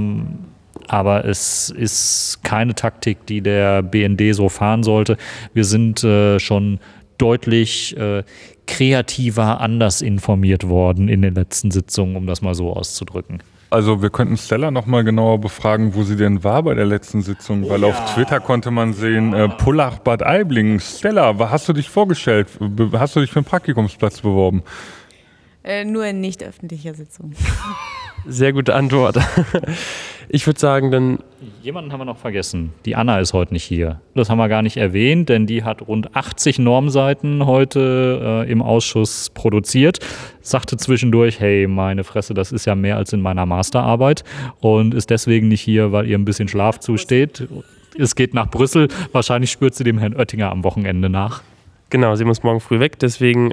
Aber es ist keine Taktik, die der BND so fahren sollte. Wir sind schon deutlich kreativer anders informiert worden in den letzten Sitzungen, um das mal so auszudrücken. Also wir könnten Stella noch mal genauer befragen, wo sie denn war bei der letzten Sitzung, weil auf Twitter konnte man sehen, Pullach Bad Aibling. Stella, hast du dich vorgestellt? Hast du dich für einen Praktikumsplatz beworben? Nur in nicht öffentlicher Sitzung. Sehr gute Antwort. Ich würde sagen, dann... Jemanden haben wir noch vergessen. Die Anna ist heute nicht hier. Das haben wir gar nicht erwähnt, denn die hat rund 80 Normseiten heute im Ausschuss produziert. Sagte zwischendurch, hey, meine Fresse, das ist ja mehr als in meiner Masterarbeit. Und ist deswegen nicht hier, weil ihr ein bisschen Schlaf zusteht. Es geht nach Brüssel. Wahrscheinlich spürt sie dem Herrn Oettinger am Wochenende nach. Genau, sie muss morgen früh weg. Deswegen,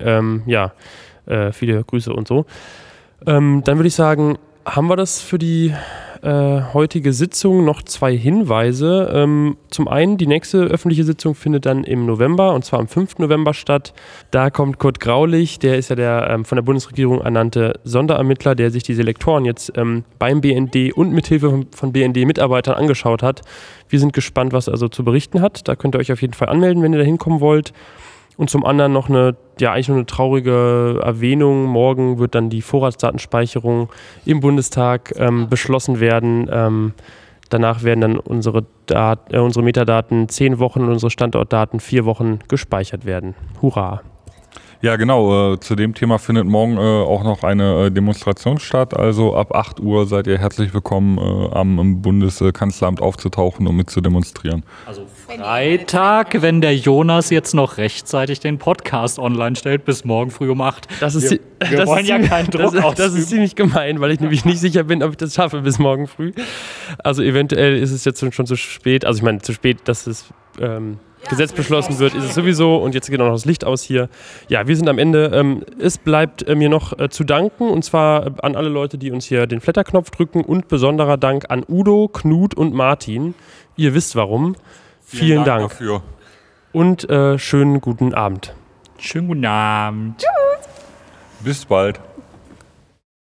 viele Grüße und so. Dann würde ich sagen, haben wir das für die heutige Sitzung. Noch 2 Hinweise. Zum einen, die nächste öffentliche Sitzung findet dann im November, und zwar am 5. November statt. Da kommt Kurt Graulich, der ist ja der von der Bundesregierung ernannte Sonderermittler, der sich die Selektoren jetzt beim BND und mithilfe von BND-Mitarbeitern angeschaut hat. Wir sind gespannt, was er also zu berichten hat. Da könnt ihr euch auf jeden Fall anmelden, wenn ihr da hinkommen wollt. Und zum anderen noch eigentlich nur eine traurige Erwähnung. Morgen wird dann die Vorratsdatenspeicherung im Bundestag beschlossen werden. Danach werden dann unsere Metadaten 10 Wochen und unsere Standortdaten 4 Wochen gespeichert werden. Hurra! Ja, genau. Zu dem Thema findet morgen auch noch eine Demonstration statt. Also ab 8 Uhr seid ihr herzlich willkommen, am Bundeskanzleramt aufzutauchen und mit zu demonstrieren. Also Freitag, wenn der Jonas jetzt noch rechtzeitig den Podcast online stellt, bis morgen früh um 8. Wir wollen ja keinen Druck ausüben. Das ist ziemlich gemein, weil ich nämlich nicht sicher bin, ob ich das schaffe bis morgen früh. Also eventuell ist es jetzt schon zu spät. Also ich meine, zu spät, dass es... Gesetz beschlossen wird, ist es sowieso, und jetzt geht auch noch das Licht aus hier. Ja, wir sind am Ende. Es bleibt mir noch zu danken, und zwar an alle Leute, die uns hier den Flatterknopf drücken, und besonderer Dank an Udo, Knut und Martin. Ihr wisst warum. Vielen Dank dafür. Und schönen guten Abend. Schönen guten Abend. Bis bald.